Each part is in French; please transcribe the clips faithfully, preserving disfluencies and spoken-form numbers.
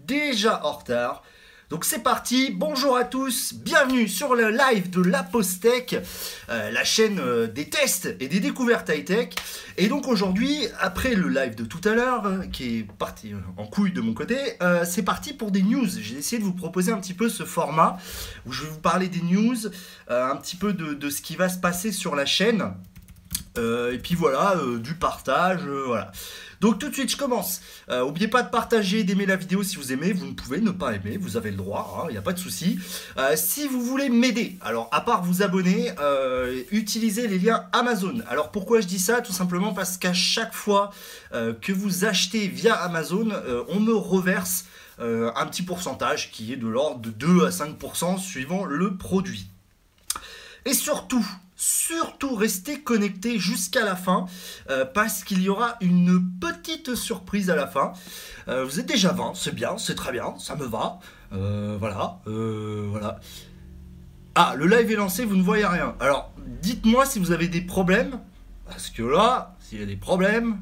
déjà en retard. Donc c'est parti, bonjour à tous, bienvenue sur le live de La Pause Tech, euh, la chaîne euh, des tests et des découvertes high-tech. Et donc aujourd'hui, après le live de tout à l'heure, euh, qui est parti euh, en couille de mon côté, euh, c'est parti pour des news. J'ai essayé de vous proposer un petit peu ce format, où je vais vous parler des news, euh, un petit peu de, de ce qui va se passer sur la chaîne. Euh, et puis voilà, euh, du partage, euh, voilà. Donc tout de suite je commence. Euh, N'oubliez pas de partager, d'aimer la vidéo si vous aimez. Vous ne pouvez ne pas aimer, vous avez le droit, il hein, n'y a pas de souci. Euh, si vous voulez m'aider, alors à part vous abonner, euh, utilisez les liens Amazon. Alors pourquoi je dis ça? Tout simplement parce qu'à chaque fois euh, que vous achetez via Amazon, euh, on me reverse euh, un petit pourcentage qui est de l'ordre de deux à cinq pour cent suivant le produit. Et surtout, surtout restez connectés jusqu'à la fin euh, parce qu'il y aura une petite surprise à la fin. Euh, vous êtes déjà vingt, c'est bien, c'est très bien, ça me va. Euh, voilà, euh, voilà. Ah, le live est lancé, vous ne voyez rien. Alors, dites-moi si vous avez des problèmes, parce que là, s'il y a des problèmes,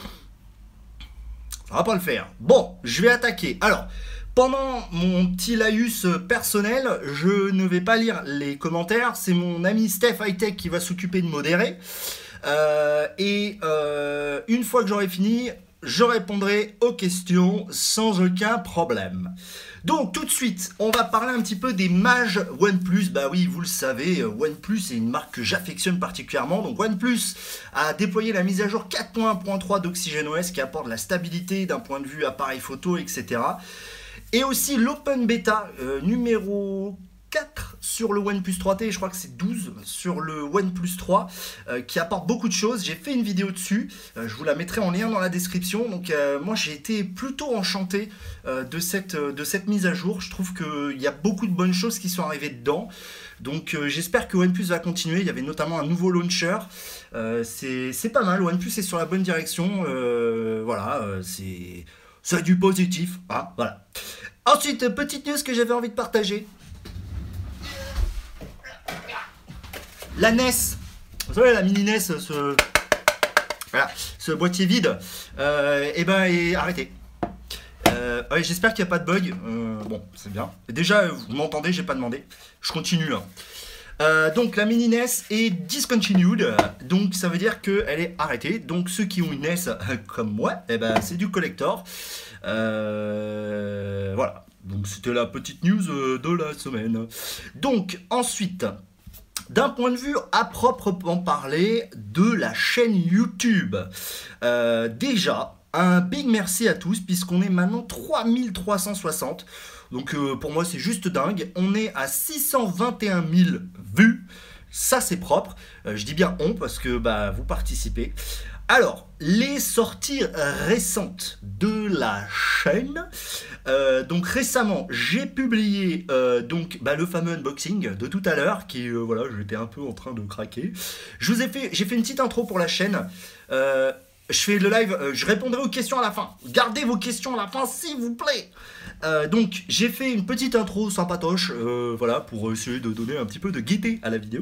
ça va pas le faire. Bon, je vais attaquer. Alors, pendant mon petit laïus personnel, je ne vais pas lire les commentaires. C'est mon ami Steph Hightech qui va s'occuper de modérer. Euh, et euh, une fois que j'aurai fini, je répondrai aux questions sans aucun problème. Donc tout de suite, on va parler un petit peu des mages OnePlus. Bah oui, vous le savez, OnePlus est une marque que j'affectionne particulièrement. Donc OnePlus a déployé la mise à jour quatre point un point trois d'OxygenOS qui apporte la stabilité d'un point de vue appareil photo, et cetera. Et aussi l'Open Beta euh, numéro quatre sur le OnePlus trois T, je crois que c'est douze sur le OnePlus trois, euh, qui apporte beaucoup de choses. J'ai fait une vidéo dessus, euh, je vous la mettrai en lien dans la description. Donc euh, moi j'ai été plutôt enchanté euh, de, cette, euh, de cette mise à jour. Je trouve qu'il y a beaucoup de bonnes choses qui sont arrivées dedans. Donc euh, j'espère que OnePlus va continuer. Il y avait notamment un nouveau launcher. Euh, c'est pas mal, OnePlus est sur la bonne direction. Euh, voilà, euh, c'est... C'est du positif, hein, voilà. Ensuite, petite news que j'avais envie de partager. La N E S. Vous savez, la mini N E S, ce, voilà, ce boîtier vide, euh, et ben, est arrêté. Euh, ouais, j'espère qu'il n'y a pas de bug. Euh, bon, c'est bien. Déjà, vous m'entendez, j'ai pas demandé. Je continue. Hein. Euh, donc la mini N E S est discontinued, donc ça veut dire qu'elle est arrêtée. Donc ceux qui ont une N E S comme moi, eh ben, c'est du collector. Euh, voilà, donc c'était la petite news de la semaine. Donc ensuite, d'un point de vue à proprement parler de la chaîne YouTube, euh, déjà un big merci à tous puisqu'on est maintenant trois mille trois cent soixante. Donc euh, pour moi c'est juste dingue, on est à six cent vingt et un mille vues, ça c'est propre, euh, je dis bien on parce que bah, vous participez. Alors, les sorties récentes de la chaîne, euh, donc récemment j'ai publié euh, donc, bah, le fameux unboxing de tout à l'heure, qui euh, voilà, j'étais un peu en train de craquer. Je vous ai fait, j'ai fait une petite intro pour la chaîne, euh, je fais le live, euh, je répondrai aux questions à la fin. Gardez vos questions à la fin, s'il vous plaît. Euh, donc, j'ai fait une petite intro sympatoche, euh, voilà, pour essayer de donner un petit peu de gaieté à la vidéo.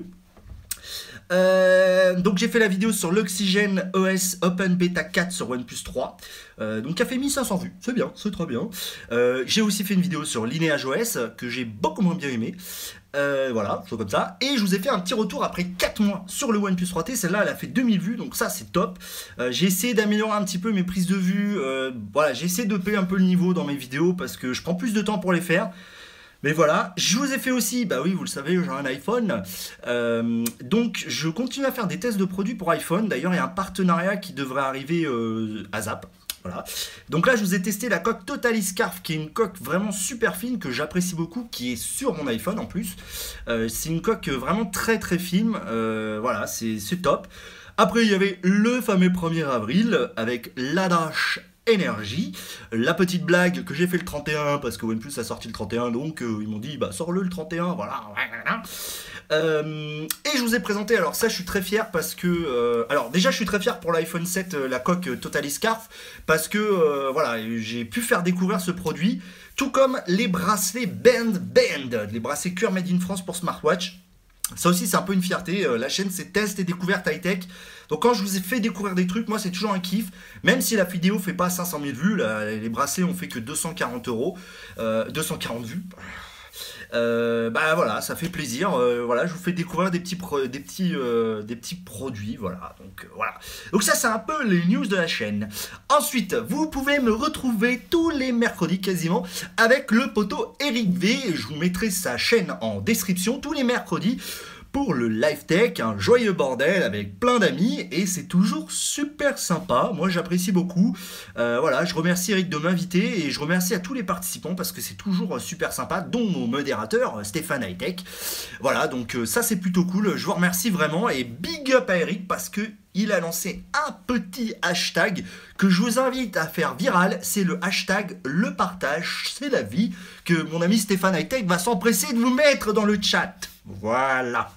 Euh, donc j'ai fait la vidéo sur l'OxygenOS Open Beta quatre sur OnePlus trois, euh, donc qui a fait mille cinq cents vues, c'est bien, c'est très bien. Euh, j'ai aussi fait une vidéo sur LineageOS que j'ai beaucoup moins bien aimé. Euh, voilà, c'est comme ça. Et je vous ai fait un petit retour après quatre mois sur le OnePlus trois T. Celle-là, elle a fait deux mille vues, donc ça, c'est top. Euh, j'ai essayé d'améliorer un petit peu mes prises de vue. Euh, voilà, j'ai essayé de payer un peu le niveau dans mes vidéos parce que je prends plus de temps pour les faire. Mais voilà, je vous ai fait aussi, bah oui, vous le savez, j'ai un iPhone. Euh, donc, je continue à faire des tests de produits pour iPhone. D'ailleurs, il y a un partenariat qui devrait arriver euh, à Zap. Voilà. Donc là, je vous ai testé la coque Totally Scarf, qui est une coque vraiment super fine, que j'apprécie beaucoup, qui est sur mon iPhone en plus. Euh, c'est une coque vraiment très très fine. Euh, voilà, c'est top. Après, il y avait le fameux premier avril avec l'Adash Énergie, la petite blague que j'ai fait le trente et un parce que OnePlus a sorti le trente et un, donc euh, ils m'ont dit bah sors-le le trente et un, voilà. Euh, et je vous ai présenté, alors ça je suis très fier parce que, euh, alors déjà je suis très fier pour l'iPhone sept, euh, la coque euh, Totally Scarf, parce que euh, voilà, j'ai pu faire découvrir ce produit, tout comme les bracelets Band Band, les bracelets cuir made in France pour smartwatch. Ça aussi, c'est un peu une fierté. Euh, la chaîne, c'est test et découverte high-tech. Donc quand je vous ai fait découvrir des trucs, moi, c'est toujours un kiff. Même si la vidéo fait pas cinq cent mille vues, là, les bracelets ont fait que deux cent quarante euros. Euh, deux cent quarante vues. Euh, bah voilà, ça fait plaisir. Euh, voilà, je vous fais découvrir des petits, pro- des petits, euh, des petits produits. Voilà, donc euh, voilà. Donc ça, c'est un peu les news de la chaîne. Ensuite, vous pouvez me retrouver tous les mercredis quasiment avec le poteau Eric V. Je vous mettrai sa chaîne en description tous les mercredis pour le live tech, un joyeux bordel avec plein d'amis et c'est toujours super sympa. Moi j'apprécie beaucoup. Euh, voilà, je remercie Eric de m'inviter et je remercie à tous les participants parce que c'est toujours super sympa, dont mon modérateur Stéphane Hightech. Voilà, donc euh, ça c'est plutôt cool. Je vous remercie vraiment et big up à Eric parce que il a lancé un petit hashtag que je vous invite à faire viral. C'est le hashtag le partage, c'est la vie que mon ami Stéphane Hightech va s'empresser de vous mettre dans le chat. Voilà.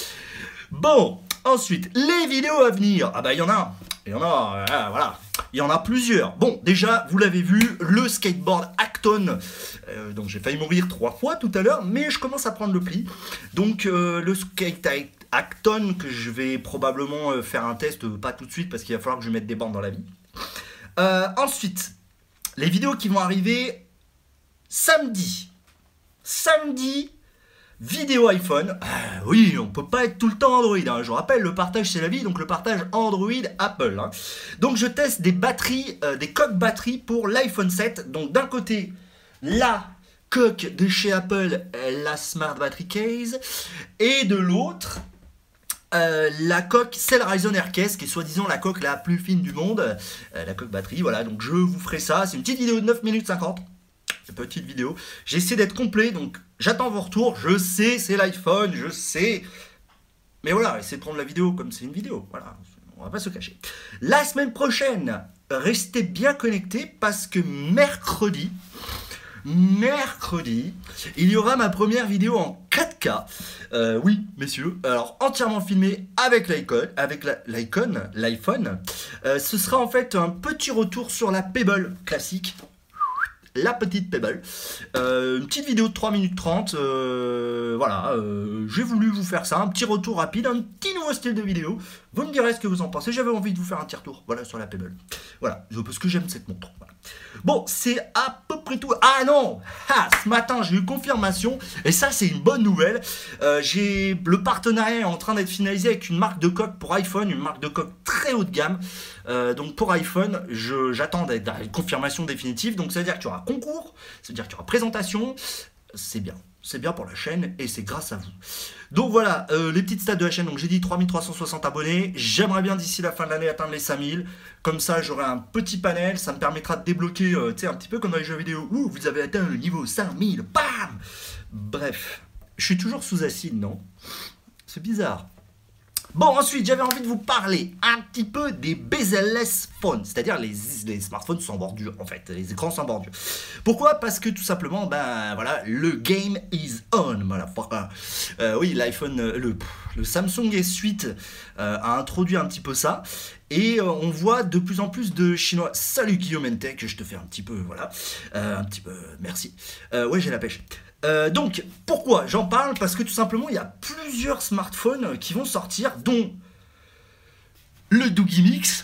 Bon, ensuite, les vidéos à venir. Ah bah il y en a, il y en a, euh, voilà. Il y en a plusieurs. Bon, déjà, vous l'avez vu, le skateboard Acton. Euh, donc j'ai failli mourir trois fois tout à l'heure, mais je commence à prendre le pli. Donc euh, le skate Acton, que je vais probablement euh, faire un test, euh, pas tout de suite, parce qu'il va falloir que je mette des bornes dans la vie. Euh, ensuite, les vidéos qui vont arriver samedi. Samedi, vidéo iPhone. Ah, oui, on peut pas être tout le temps Android. Hein. Je vous rappelle, le partage c'est la vie, donc le partage Android, Apple. Hein. Donc je teste des batteries, euh, des coques batteries pour l'iPhone sept. Donc d'un côté, la coque de chez Apple, la Smart Battery Case, et de l'autre, Euh, la coque Cellrison Aircase, qui est soi-disant la coque la plus fine du monde, euh, la coque batterie, voilà, donc je vous ferai ça, c'est une petite vidéo de neuf minutes cinquante, une petite vidéo, j'essaie d'être complet, donc j'attends vos retours, je sais, c'est l'iPhone, je sais, mais voilà, essayez de prendre la vidéo comme c'est une vidéo, voilà, on va pas se cacher. La semaine prochaine, restez bien connectés, parce que mercredi, mercredi, il y aura ma première vidéo en quatre K. Euh, oui, messieurs. Alors, entièrement filmée avec l'iPhone, avec la- l'iPhone, l'iPhone. Euh, ce sera en fait un petit retour sur la Pebble classique. La petite Pebble. Euh, une petite vidéo de trois minutes trente. Euh, voilà, euh, j'ai voulu vous faire ça. Un petit retour rapide, un petit nouveau style de vidéo. Vous me direz ce que vous en pensez. J'avais envie de vous faire un petit retour, voilà, sur la Pebble. Voilà, parce que j'aime cette montre. Voilà. Bon, c'est à peu près tout. Ah non, ah, ce matin, j'ai eu confirmation. Et ça, c'est une bonne nouvelle. Euh, j'ai le partenariat est en train d'être finalisé avec une marque de coque pour iPhone, une marque de coque très haut de gamme. Euh, donc pour iPhone, je- j'attends d'être une confirmation définitive. Donc ça veut dire qu'il y aura concours, ça veut dire qu'il y aura présentation. C'est bien, c'est bien pour la chaîne et c'est grâce à vous. Donc voilà, euh, les petites stats de la chaîne. Donc j'ai dit trois mille trois cent soixante abonnés. J'aimerais bien d'ici la fin de l'année atteindre les cinq mille. Comme ça, j'aurai un petit panel. Ça me permettra de débloquer, euh, tu sais, un petit peu comme dans les jeux vidéo. Ouh, vous avez atteint le niveau cinq mille. Bam. Bref, je suis toujours sous acide, non? C'est bizarre. Bon, ensuite, j'avais envie de vous parler un petit peu des bezel-less phones, c'est-à-dire les, les smartphones sans bordure, en fait, les écrans sans bordure. Pourquoi? Parce que tout simplement, ben voilà, le game is on, voilà. Euh, oui, l'iPhone, le, le Samsung S huit euh, a introduit un petit peu ça. Et euh, on voit de plus en plus de Chinois. Salut Guillaume Entech, je te fais un petit peu, voilà, euh, un petit peu, merci. Euh, ouais, j'ai la pêche. Euh, donc, pourquoi j'en parle? Parce que tout simplement, il y a plusieurs smartphones qui vont sortir, dont le Doogie Mix.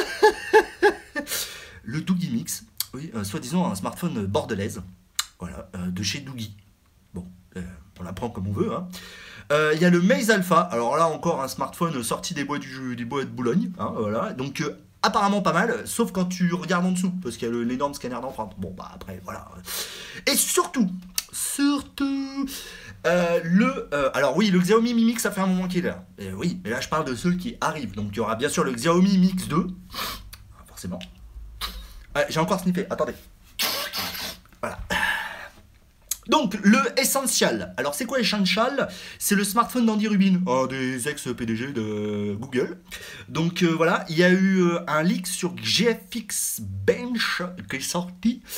Le Doogie Mix, oui, euh, soi-disant un smartphone bordelaise, voilà, euh, de chez Doogie. Bon, euh, on la prend comme on veut, hein. Euh, Il y a le Maze Alpha, alors là encore un smartphone sorti des bois, du, des bois de Boulogne, hein, voilà, donc euh, apparemment pas mal, sauf quand tu regardes en dessous, parce qu'il y a l'énorme scanner d'empreinte. Bon bah après, voilà. Et surtout, surtout, euh, le... Euh, alors oui, le Xiaomi Mi Mix, ça fait un moment qu'il est là. Et oui, mais là je parle de ceux qui arrivent, donc il y aura bien sûr le Xiaomi Mix deux, forcément. Ouais, j'ai encore sniffé, attendez. Voilà. Donc, le Essential. Alors, c'est quoi Essential? C'est le smartphone d'Andy Rubin, un des ex-P D G de Google. Donc, euh, voilà, il y a eu euh, un leak sur G F X Bench qui est sorti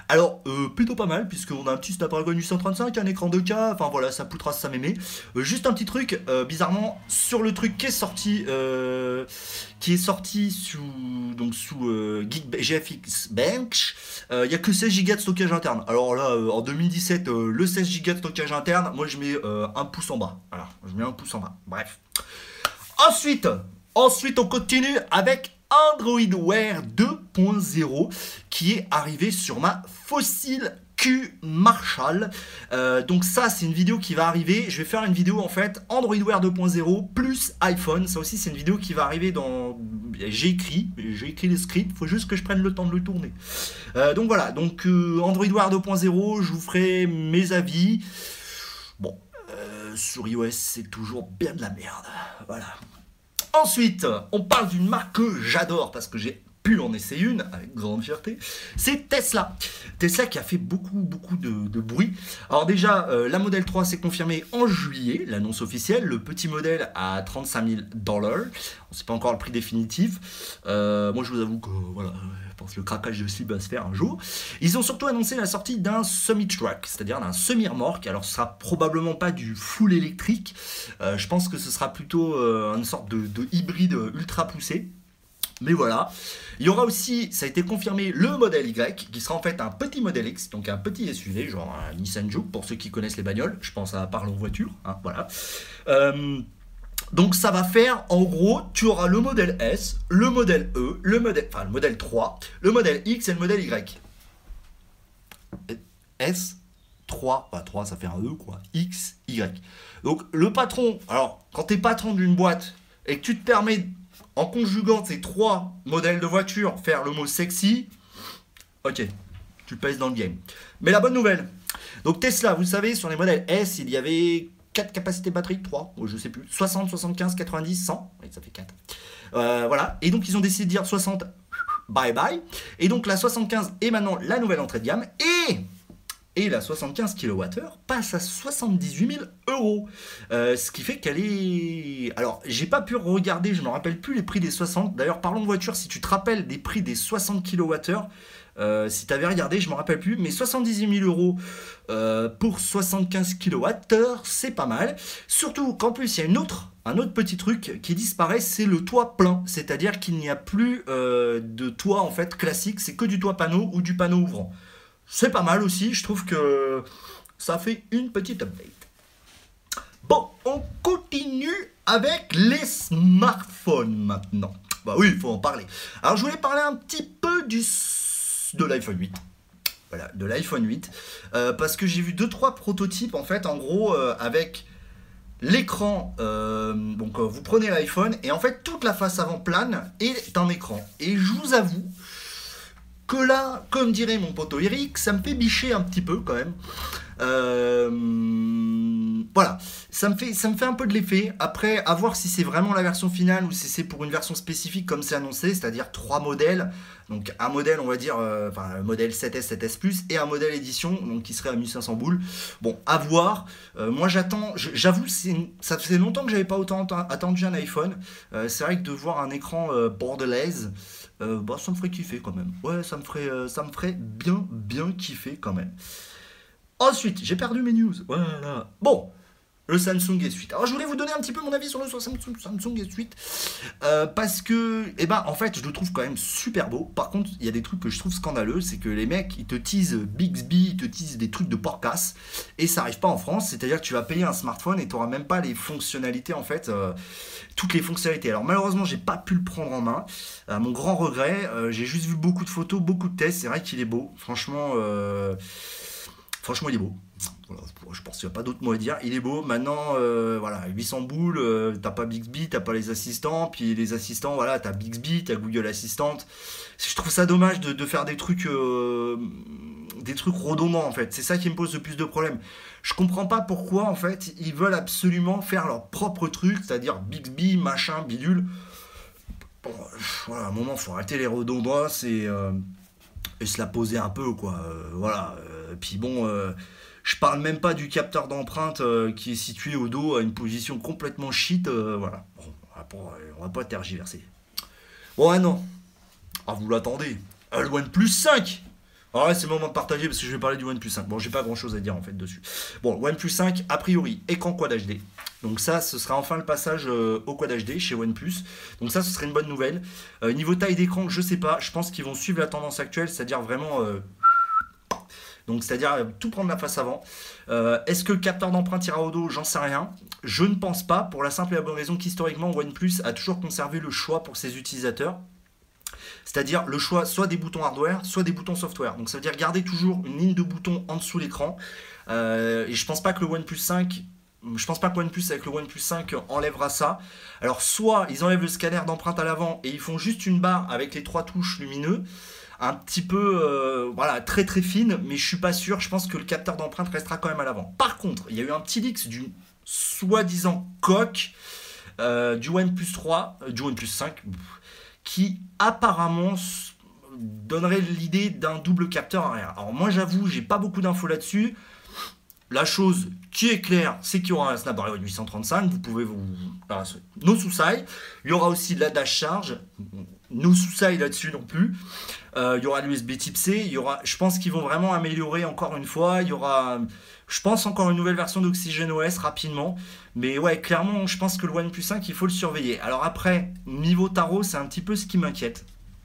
Alors, euh, plutôt pas mal, puisqu'on a un petit Snapdragon huit cent trente-cinq, un écran deux K, enfin voilà, ça poutresse sa mémé. Euh, juste un petit truc, euh, bizarrement, sur le truc qui est sorti, euh, qui est sorti sous, donc sous euh, Geek- G F X Bench, il n'y a que seize gigas de stockage interne. Alors là, euh, en deux mille dix-sept, euh, le seize gigas de stockage interne, moi je mets euh, un pouce en bas. Voilà, je mets un pouce en bas. Bref. Ensuite, ensuite on continue avec Android Wear deux point zéro qui est arrivé sur ma Fossil Q Marshall. Euh, donc ça c'est une vidéo qui va arriver. Je vais faire une vidéo en fait Android Wear deux point zéro plus iPhone. Ça aussi c'est une vidéo qui va arriver dans... J'ai écrit, j'ai écrit le script. Il faut juste que je prenne le temps de le tourner. Euh, donc voilà, donc euh, Android Wear deux point zéro, je vous ferai mes avis. Bon, euh, sur iOS c'est toujours bien de la merde. Voilà. Ensuite, on parle d'une marque que j'adore parce que j'ai pu en essayer une avec grande fierté. C'est Tesla. Tesla qui a fait beaucoup, beaucoup de, de bruit. Alors déjà, euh, la Model trois s'est confirmée en juillet, l'annonce officielle. Le petit modèle à trente-cinq mille dollars. On ne sait pas encore le prix définitif. Euh, moi, je vous avoue que voilà, je pense que le craquage de slip va se faire un jour. Ils ont surtout annoncé la sortie d'un semi-truck, c'est-à-dire d'un semi-remorque. Alors, ce sera probablement pas du full électrique. Euh, je pense que ce sera plutôt euh, une sorte de, de hybride ultra poussé. Mais voilà, il y aura aussi, ça a été confirmé, le modèle Y, qui sera en fait un petit modèle X, donc un petit S U V, genre un Nissan Juke, pour ceux qui connaissent les bagnoles, je pense à Parlons Voiture, hein, voilà. Euh, donc ça va faire, en gros, tu auras le modèle S, le modèle E, le modèle, enfin le modèle trois, le modèle X et le modèle Y. S, trois, bah trois ça fait un E quoi, X, Y. Donc le patron, alors quand tu es patron d'une boîte et que tu te permets... En conjuguant ces trois modèles de voiture, faire le mot sexy, ok, tu pèses dans le game. Mais la bonne nouvelle, donc Tesla, vous savez, sur les modèles S, il y avait quatre capacités de batterie, trois, je sais plus, soixante, soixante-quinze, quatre-vingt-dix, cent, oui, ça fait quatre. Euh, voilà, et donc ils ont décidé de dire soixante, bye bye. Et donc la soixante-quinze est maintenant la nouvelle entrée de gamme, et... Et la soixante-quinze kilowattheures passe à soixante-dix-huit mille euros. Euh, ce qui fait qu'elle est... Alors, j'ai pas pu regarder, je ne me rappelle plus les prix des soixante. D'ailleurs, parlons de voiture, si tu te rappelles des prix des soixante kilowattheures, euh, si tu avais regardé, je ne me rappelle plus, mais soixante-dix-huit mille euros euh, pour soixante-quinze kilowattheures, c'est pas mal. Surtout qu'en plus, il y a une autre, un autre petit truc qui disparaît, c'est le toit plein. C'est-à-dire qu'il n'y a plus euh, de toit en fait classique, c'est que du toit panneau ou du panneau ouvrant. C'est pas mal aussi, je trouve que ça fait une petite update. Bon, on continue avec les smartphones maintenant. Bah oui, il faut en parler. Alors je voulais parler un petit peu du, de l'iPhone huit. Voilà, de l'iPhone huit. Euh, parce que j'ai vu deux trois prototypes en fait, en gros, euh, avec l'écran. Euh, donc euh, vous prenez l'iPhone et en fait toute la face avant plane est un écran. Et je vous avoue... que là, comme dirait mon poteau Eric, ça me fait bicher un petit peu quand même. Euh, voilà, ça me, fait, ça me fait un peu de l'effet. Après, à voir si c'est vraiment la version finale ou si c'est pour une version spécifique comme c'est annoncé, c'est-à-dire trois modèles. Donc un modèle, on va dire, euh, enfin un modèle sept S, sept S Plus et un modèle édition, donc qui serait à mille cinq cents boules. Bon, à voir. Euh, moi j'attends, j'avoue, ça faisait longtemps que j'avais pas autant attendu un iPhone. Euh, c'est vrai que de voir un écran euh, bordelaise, euh, bah, ça me ferait kiffer quand même. Ouais, ça me ferait, euh, ça me ferait bien, bien kiffer quand même. Ensuite, j'ai perdu mes news. Voilà. Bon, le Samsung S huit. Alors, je voulais vous donner un petit peu mon avis sur le Samsung, Samsung S huit. Euh, parce que, eh ben, en fait, je le trouve quand même super beau. Par contre, il y a des trucs que je trouve scandaleux. C'est que les mecs, ils te teasent Bixby, ils te teasent des trucs de porcasse. Et ça n'arrive pas en France. C'est-à-dire que tu vas payer un smartphone et tu n'auras même pas les fonctionnalités, en fait. Euh, toutes les fonctionnalités. Alors, malheureusement, j'ai pas pu le prendre en main. À mon grand regret, euh, j'ai juste vu beaucoup de photos, beaucoup de tests. C'est vrai qu'il est beau. Franchement... Euh, Franchement, il est beau. Voilà, je pense qu'il n'y a pas d'autre mot à dire. Il est beau. Maintenant, euh, voilà, huit cents boules, euh, t'as pas Bixby, t'as pas les assistants. Puis les assistants, voilà, t'as Bixby, t'as Google Assistant. Je trouve ça dommage de, de faire des trucs, euh, des trucs redondants, en fait. C'est ça qui me pose le plus de problèmes. Je comprends pas pourquoi, en fait, ils veulent absolument faire leur propre truc, c'est-à-dire Bixby, machin, bidule. Bon, voilà, à un moment, il faut arrêter les redondances et, euh, et se la poser un peu, quoi. Euh, voilà. Euh, puis bon, euh, je parle même pas du capteur d'empreinte euh, qui est situé au dos à une position complètement shit. Euh, voilà. Bon, on va pas, on va pas tergiverser. Bon, ah non. Ah, vous l'attendez. Le OnePlus cinq. Alors là, c'est le moment de partager parce que je vais parler du OnePlus cinq. Bon, j'ai pas grand chose à dire en fait dessus. Bon, OnePlus cinq, a priori, écran Quad H D. Donc ça, ce sera enfin le passage euh, au Quad H D chez OnePlus. Donc ça, ce serait une bonne nouvelle. Euh, niveau taille d'écran, je sais pas. Je pense qu'ils vont suivre la tendance actuelle, c'est-à-dire vraiment... Euh, donc c'est-à-dire euh, tout prendre la face avant. Euh, Est-ce que le capteur d'empreinte ira au dos? J'en sais rien. Je ne pense pas, pour la simple et la bonne raison qu'historiquement, OnePlus a toujours conservé le choix pour ses utilisateurs. C'est-à-dire le choix soit des boutons hardware, soit des boutons software. Donc ça veut dire garder toujours une ligne de boutons en dessous l'écran. Euh, et je pense pas que le OnePlus cinq, je pense pas que OnePlus avec le OnePlus cinq enlèvera ça. Alors soit ils enlèvent le scanner d'empreinte à l'avant et ils font juste une barre avec les trois touches lumineux, un petit peu, euh, voilà, très très fine, mais je suis pas sûr. Je pense que le capteur d'empreinte restera quand même à l'avant. Par contre, il y a eu un petit leak d'une soi-disant coque euh, du OnePlus trois, euh, du OnePlus cinq. Qui apparemment donnerait l'idée d'un double capteur arrière. Alors moi j'avoue, j'ai pas beaucoup d'infos là-dessus. La chose qui est claire, c'est qu'il y aura un Snapdragon huit cent trente-cinq, vous pouvez vous... Alors, no sous-sailles. Il y aura aussi de la dash charge, no sous-sailles là-dessus non plus. Euh, il y aura l'U S B type C, il y aura... je pense qu'ils vont vraiment améliorer encore une fois. Il y aura, je pense, encore une nouvelle version d'OxygenOS rapidement. Mais ouais, clairement, je pense que le OnePlus cinq, il faut le surveiller. Alors après, niveau tarot, c'est un petit peu ce qui m'inquiète.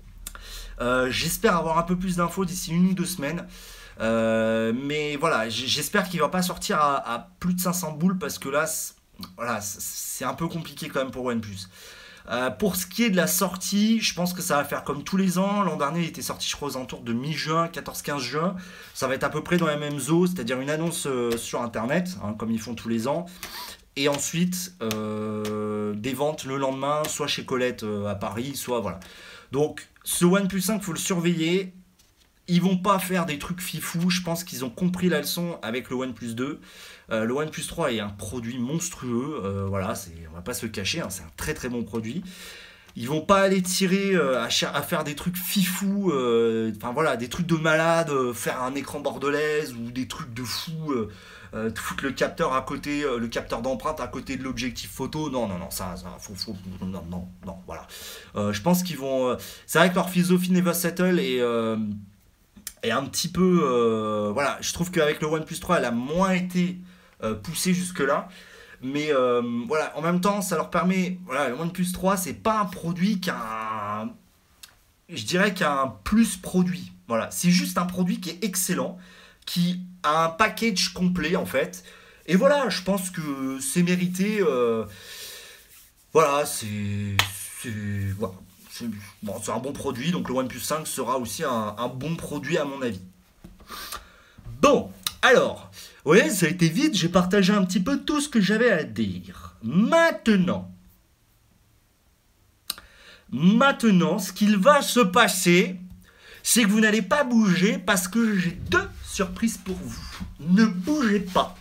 Euh, j'espère avoir un peu plus d'infos d'ici une ou deux semaines. Euh, mais voilà, j'espère qu'il ne va pas sortir à, à plus de cinq cents boules parce que là, voilà, c'est un peu compliqué quand même pour OnePlus. Euh, pour ce qui est de la sortie, je pense que ça va faire comme tous les ans. L'an dernier, il était sorti, je crois, aux alentours de mi-juin, quatorze quinze juin. Ça va être à peu près dans la même zone, c'est-à-dire une annonce euh, sur Internet, hein, comme ils font tous les ans. Et ensuite, euh, des ventes le lendemain, soit chez Colette euh, à Paris, soit voilà. Donc, ce OnePlus cinq, il faut le surveiller. Ils vont pas faire des trucs fifous. Je pense qu'ils ont compris la leçon avec le OnePlus deux. Euh, le OnePlus trois est un produit monstrueux. Euh, voilà, c'est, on va pas se le cacher, hein, c'est un très très bon produit. Ils vont pas aller tirer euh, à, à faire des trucs fifous. Euh, enfin voilà, des trucs de malade, euh, faire un écran bordelaise ou des trucs de fou. Euh, euh, foutre le capteur à côté, euh, le capteur d'empreinte à côté de l'objectif photo. Non, non, non, ça, ça faut, faut, non, non, non, voilà. Euh, je pense qu'ils vont. Euh, c'est vrai que leur philosophie Never Settle est euh, est un petit peu... Euh, voilà, je trouve qu'avec le OnePlus trois, elle a moins été euh, poussée jusque-là. Mais euh, voilà, en même temps, ça leur permet... Voilà, le OnePlus trois, c'est pas un produit qui a un... Je dirais qu'il a un plus produit. Voilà, c'est juste un produit qui est excellent, qui a un package complet, en fait. Et voilà, je pense que c'est mérité. Euh, voilà, c'est... c'est voilà. C'est bon, c'est un bon produit, donc le OnePlus cinq sera aussi un, un bon produit à mon avis. Bon, alors, ouais, ça a été vite, j'ai partagé un petit peu tout ce que j'avais à dire. Maintenant, maintenant, ce qu'il va se passer, c'est que vous n'allez pas bouger parce que j'ai deux surprises pour vous. Ne bougez pas.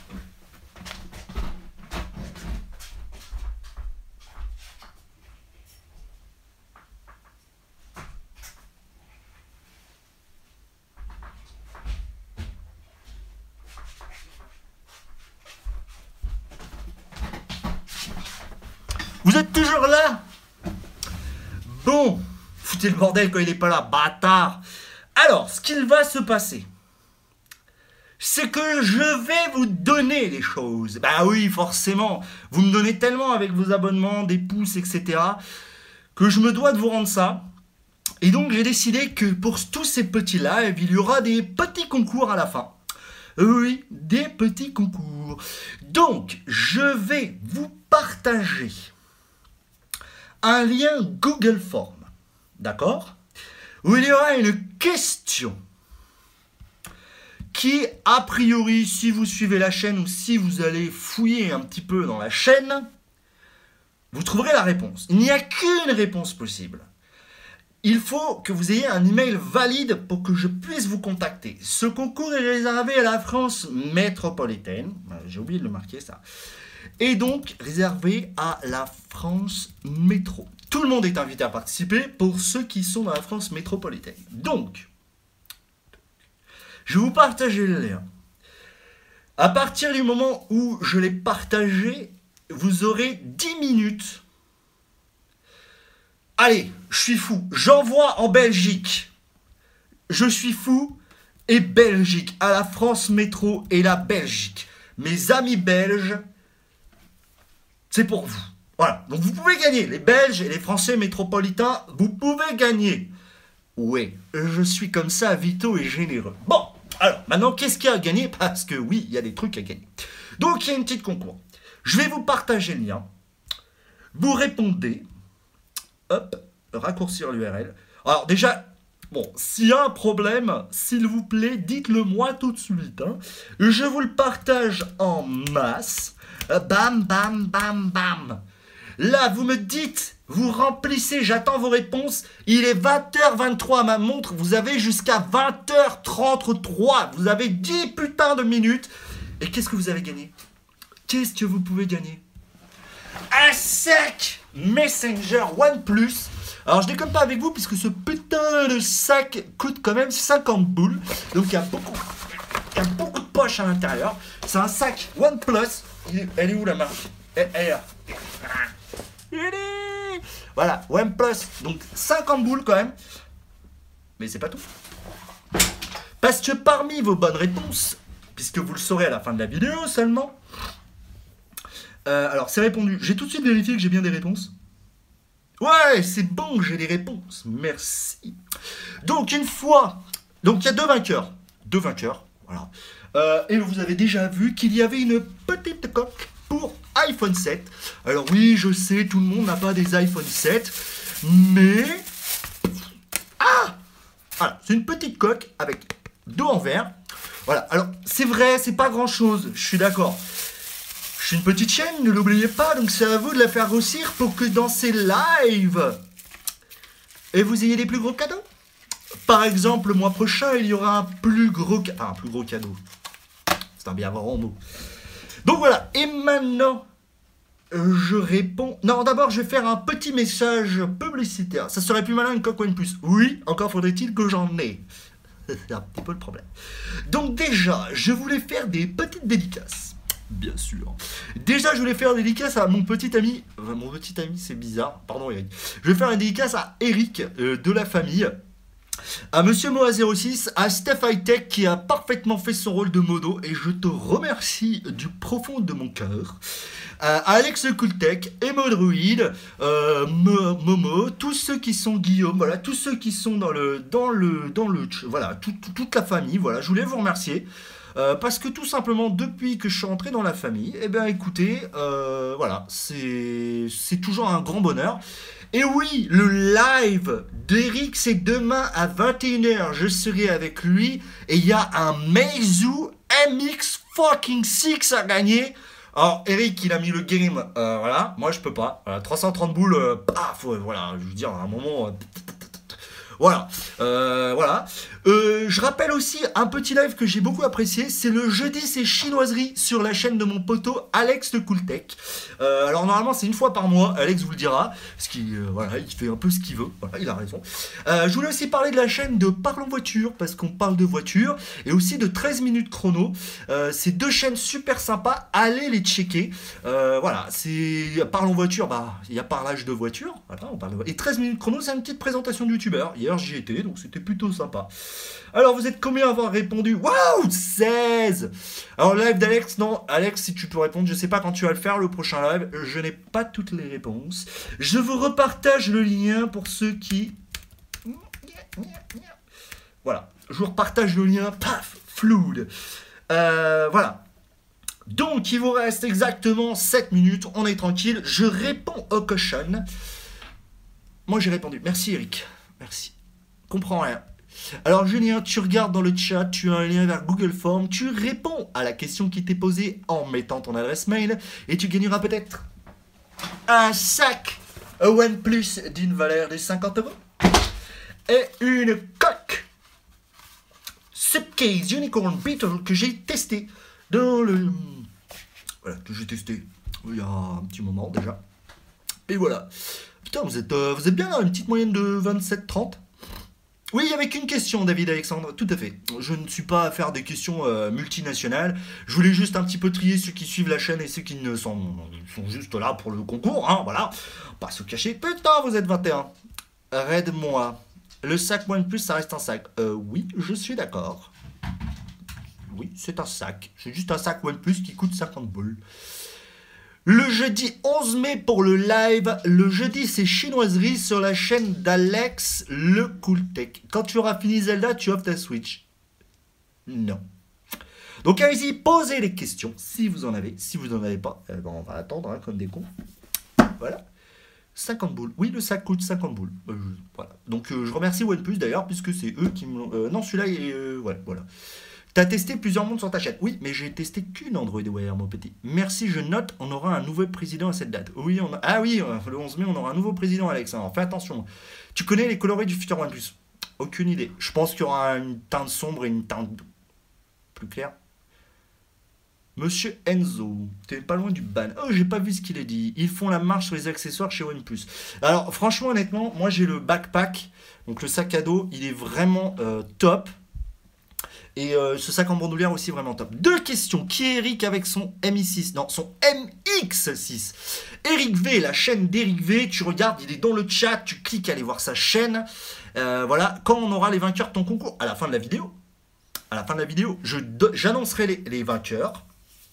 Vous êtes toujours là? Bon, foutez le bordel quand il n'est pas là, bâtard. Alors, ce qu'il va se passer, c'est que je vais vous donner les choses. Bah oui, forcément, vous me donnez tellement avec vos abonnements, des pouces, et cetera, que je me dois de vous rendre ça. Et donc, j'ai décidé que pour tous ces petits lives, il y aura des petits concours à la fin. Oui, des petits concours. Donc, je vais vous partager un lien Google Form, d'accord? Où il y aura une question qui, a priori, si vous suivez la chaîne ou si vous allez fouiller un petit peu dans la chaîne, vous trouverez la réponse. Il n'y a qu'une réponse possible. Il faut que vous ayez un email valide pour que je puisse vous contacter. Ce concours est réservé à la France métropolitaine. J'ai oublié de le marquer, ça. Et donc réservé à la France métro. Tout le monde est invité à participer pour ceux qui sont dans la France métropolitaine. Donc, je vais vous partager le lien. À partir du moment où je l'ai partagé, vous aurez dix minutes. Allez, je suis fou. J'envoie en Belgique. Je suis fou. et Belgique, à la France Métro et la Belgique. Mes amis belges, c'est pour vous. Voilà, donc vous pouvez gagner. Les Belges et les Français métropolitains, vous pouvez gagner. Oui, je suis comme ça, vito et généreux. Bon, alors, maintenant, qu'est-ce qu'il y a à gagner? Parce que oui, il y a des trucs à gagner. Donc, il y a une petite concours. Je vais vous partager le lien. Vous répondez. Hop, raccourcir l'U R L. Alors, déjà... Bon, s'il y a un problème, s'il vous plaît, dites-le moi tout de suite. Hein. Je vous le partage en masse. Euh, bam, bam, bam, bam. Là, vous me dites, vous remplissez, j'attends vos réponses. Il est vingt heures vingt-trois à ma montre. Vous avez jusqu'à vingt heures trente-trois. Vous avez dix putains de minutes. Et qu'est-ce que vous avez gagné? Qu'est-ce que vous pouvez gagner? Un sac Messenger OnePlus. Alors je déconne pas avec vous puisque ce putain de sac coûte quand même cinquante boules. Donc il y a beaucoup, il y a beaucoup de poches à l'intérieur. C'est un sac OnePlus. Elle est où la marque? Elle est là. Voilà, OnePlus. Donc cinquante boules quand même. Mais c'est pas tout. Parce que parmi vos bonnes réponses, puisque vous le saurez à la fin de la vidéo seulement. Euh, alors c'est répondu. J'ai tout de suite vérifié que j'ai bien des réponses. Ouais, c'est bon, j'ai les réponses. Merci. Donc, une fois... Donc, il y a deux vainqueurs. Deux vainqueurs, voilà. Euh, et vous avez déjà vu qu'il y avait une petite coque pour iPhone sept. Alors oui, je sais, tout le monde n'a pas des iPhone sept. Mais... Ah Voilà, c'est une petite coque avec deux en verre. Voilà, alors, c'est vrai, c'est pas grand-chose. Je suis d'accord. Je suis une petite chaîne, ne l'oubliez pas, donc c'est à vous de la faire grossir pour que dans ces lives, et vous ayez des plus gros cadeaux. Par exemple, le mois prochain, il y aura un plus gros, ah, un plus gros cadeau. C'est un bien grand mot. Donc voilà, et maintenant, je réponds... Non, d'abord, je vais faire un petit message publicitaire. Ça serait plus malin une coque OnePlus. Oui, encore faudrait-il que j'en ai. C'est un petit peu le problème. Donc déjà, je voulais faire des petites dédicaces. Bien sûr. Déjà, je voulais faire une dédicace à mon petit ami. Enfin, mon petit ami, c'est bizarre. Pardon, Eric. Je vais faire une dédicace à Eric euh, de la famille. À Monsieur Moa zéro six, à Steph Hightech qui a parfaitement fait son rôle de modo. Et je te remercie du profond de mon cœur. À Alex le Cooltech, Emodruid, euh, Momo, tous ceux qui sont Guillaume, voilà, tous ceux qui sont dans le, dans le, dans le, voilà, tout, tout, toute la famille. Voilà, je voulais vous remercier. Euh, parce que tout simplement, depuis que je suis rentré dans la famille, eh bien écoutez, euh, voilà, c'est c'est toujours un grand bonheur. Et oui, le live d'Eric, c'est demain à vingt et une heures, je serai avec lui, et il y a un Meizu M X fucking six à gagner. Alors, Eric, il a mis le game, euh, voilà, moi je peux pas, voilà, trois cent trente boules, euh, paf, euh, voilà, je veux dire, à un moment... Euh, Voilà, euh, voilà. Euh, je rappelle aussi un petit live que j'ai beaucoup apprécié, c'est le jeudi c'est chinoiserie sur la chaîne de mon poteau Alex le Cooltech. Euh, alors normalement c'est une fois par mois, Alex vous le dira, parce qu'il euh, voilà, il fait un peu ce qu'il veut, voilà, il a raison. Euh, je voulais aussi parler de la chaîne de Parlons Voiture, parce qu'on parle de voiture, et aussi de treize minutes chrono. Euh, c'est deux chaînes super sympas, allez les checker. Euh, voilà, c'est Parlons Voiture, bah il y a parlage de voiture, voilà, on parle de... et treize minutes chrono, c'est une petite présentation de youtubeur. Hier j'y étais, donc c'était plutôt sympa. Alors vous êtes combien à avoir répondu? Waouh, seize. Alors live d'Alex, non, Alex, si tu peux répondre, je sais pas quand tu vas le faire, le prochain live, je n'ai pas toutes les réponses. Je vous repartage le lien pour ceux qui... Voilà, je vous repartage le lien, paf, floude. Euh, voilà. Donc il vous reste exactement sept minutes, on est tranquille, je réponds au cochon. Moi j'ai répondu, merci Eric, merci. Comprends rien. Alors Julien, tu regardes dans le chat, tu as un lien vers Google Form, tu réponds à la question qui t'est posée en mettant ton adresse mail et tu gagneras peut-être un sac OnePlus d'une valeur de cinquante euros et une coque Subcase Unicorn Beetle que j'ai testé dans le... Voilà, que j'ai testé il y a un petit moment déjà. Et voilà. Putain, vous êtes, euh, vous êtes bien là, une petite moyenne de vingt-sept trente. Oui, avec une question, David Alexandre, tout à fait. Je ne suis pas à faire des questions euh, multinationales. Je voulais juste un petit peu trier ceux qui suivent la chaîne et ceux qui ne sont, sont juste là pour le concours, hein, voilà. Pas se cacher. Putain, vous êtes vingt et un. Raide-moi. Le sac OnePlus, ça reste un sac. Euh, oui, je suis d'accord. Oui, c'est un sac. C'est juste un sac OnePlus qui coûte cinquante boules. Le jeudi onze mai pour le live. Le jeudi, c'est chinoiserie sur la chaîne d'Alex le Cool Tech. Quand tu auras fini Zelda, tu offres ta Switch. Non. Donc allez-y, posez les questions si vous en avez. Si vous n'en avez pas, eh ben, on va attendre hein, comme des cons. Voilà. cinquante boules. Oui, le sac coûte cinquante boules. Euh, voilà. Donc euh, je remercie OnePlus d'ailleurs, puisque c'est eux qui me l'ont. Euh, non, celui-là, est, euh, ouais, voilà. T'as testé plusieurs mondes sur ta chaîne. Oui, mais j'ai testé qu'une Android Wear, mon petit. Merci, je note, on aura un nouveau président à cette date. Oui, on a... Ah oui, le onze mai, on aura un nouveau président, Alex. Alors fais attention. Tu connais les coloris du futur OnePlus? Aucune idée. Je pense qu'il y aura une teinte sombre et une teinte plus claire. Monsieur Enzo, t'es pas loin du ban. Oh, j'ai pas vu ce qu'il a dit. Ils font la marche sur les accessoires chez OnePlus. Alors, franchement, honnêtement, moi j'ai le backpack, donc le sac à dos, il est vraiment euh, top. Et euh, ce sac en bandoulière aussi vraiment top. Deux questions. Qui est Eric avec son M I six? Non, son M X six. Eric V, la chaîne d'Eric V. Tu regardes, il est dans le chat. Tu cliques, aller voir sa chaîne. Euh, voilà. Quand on aura les vainqueurs de ton concours, à la fin de la vidéo, à la fin de la vidéo, je j'annoncerai les, les vainqueurs.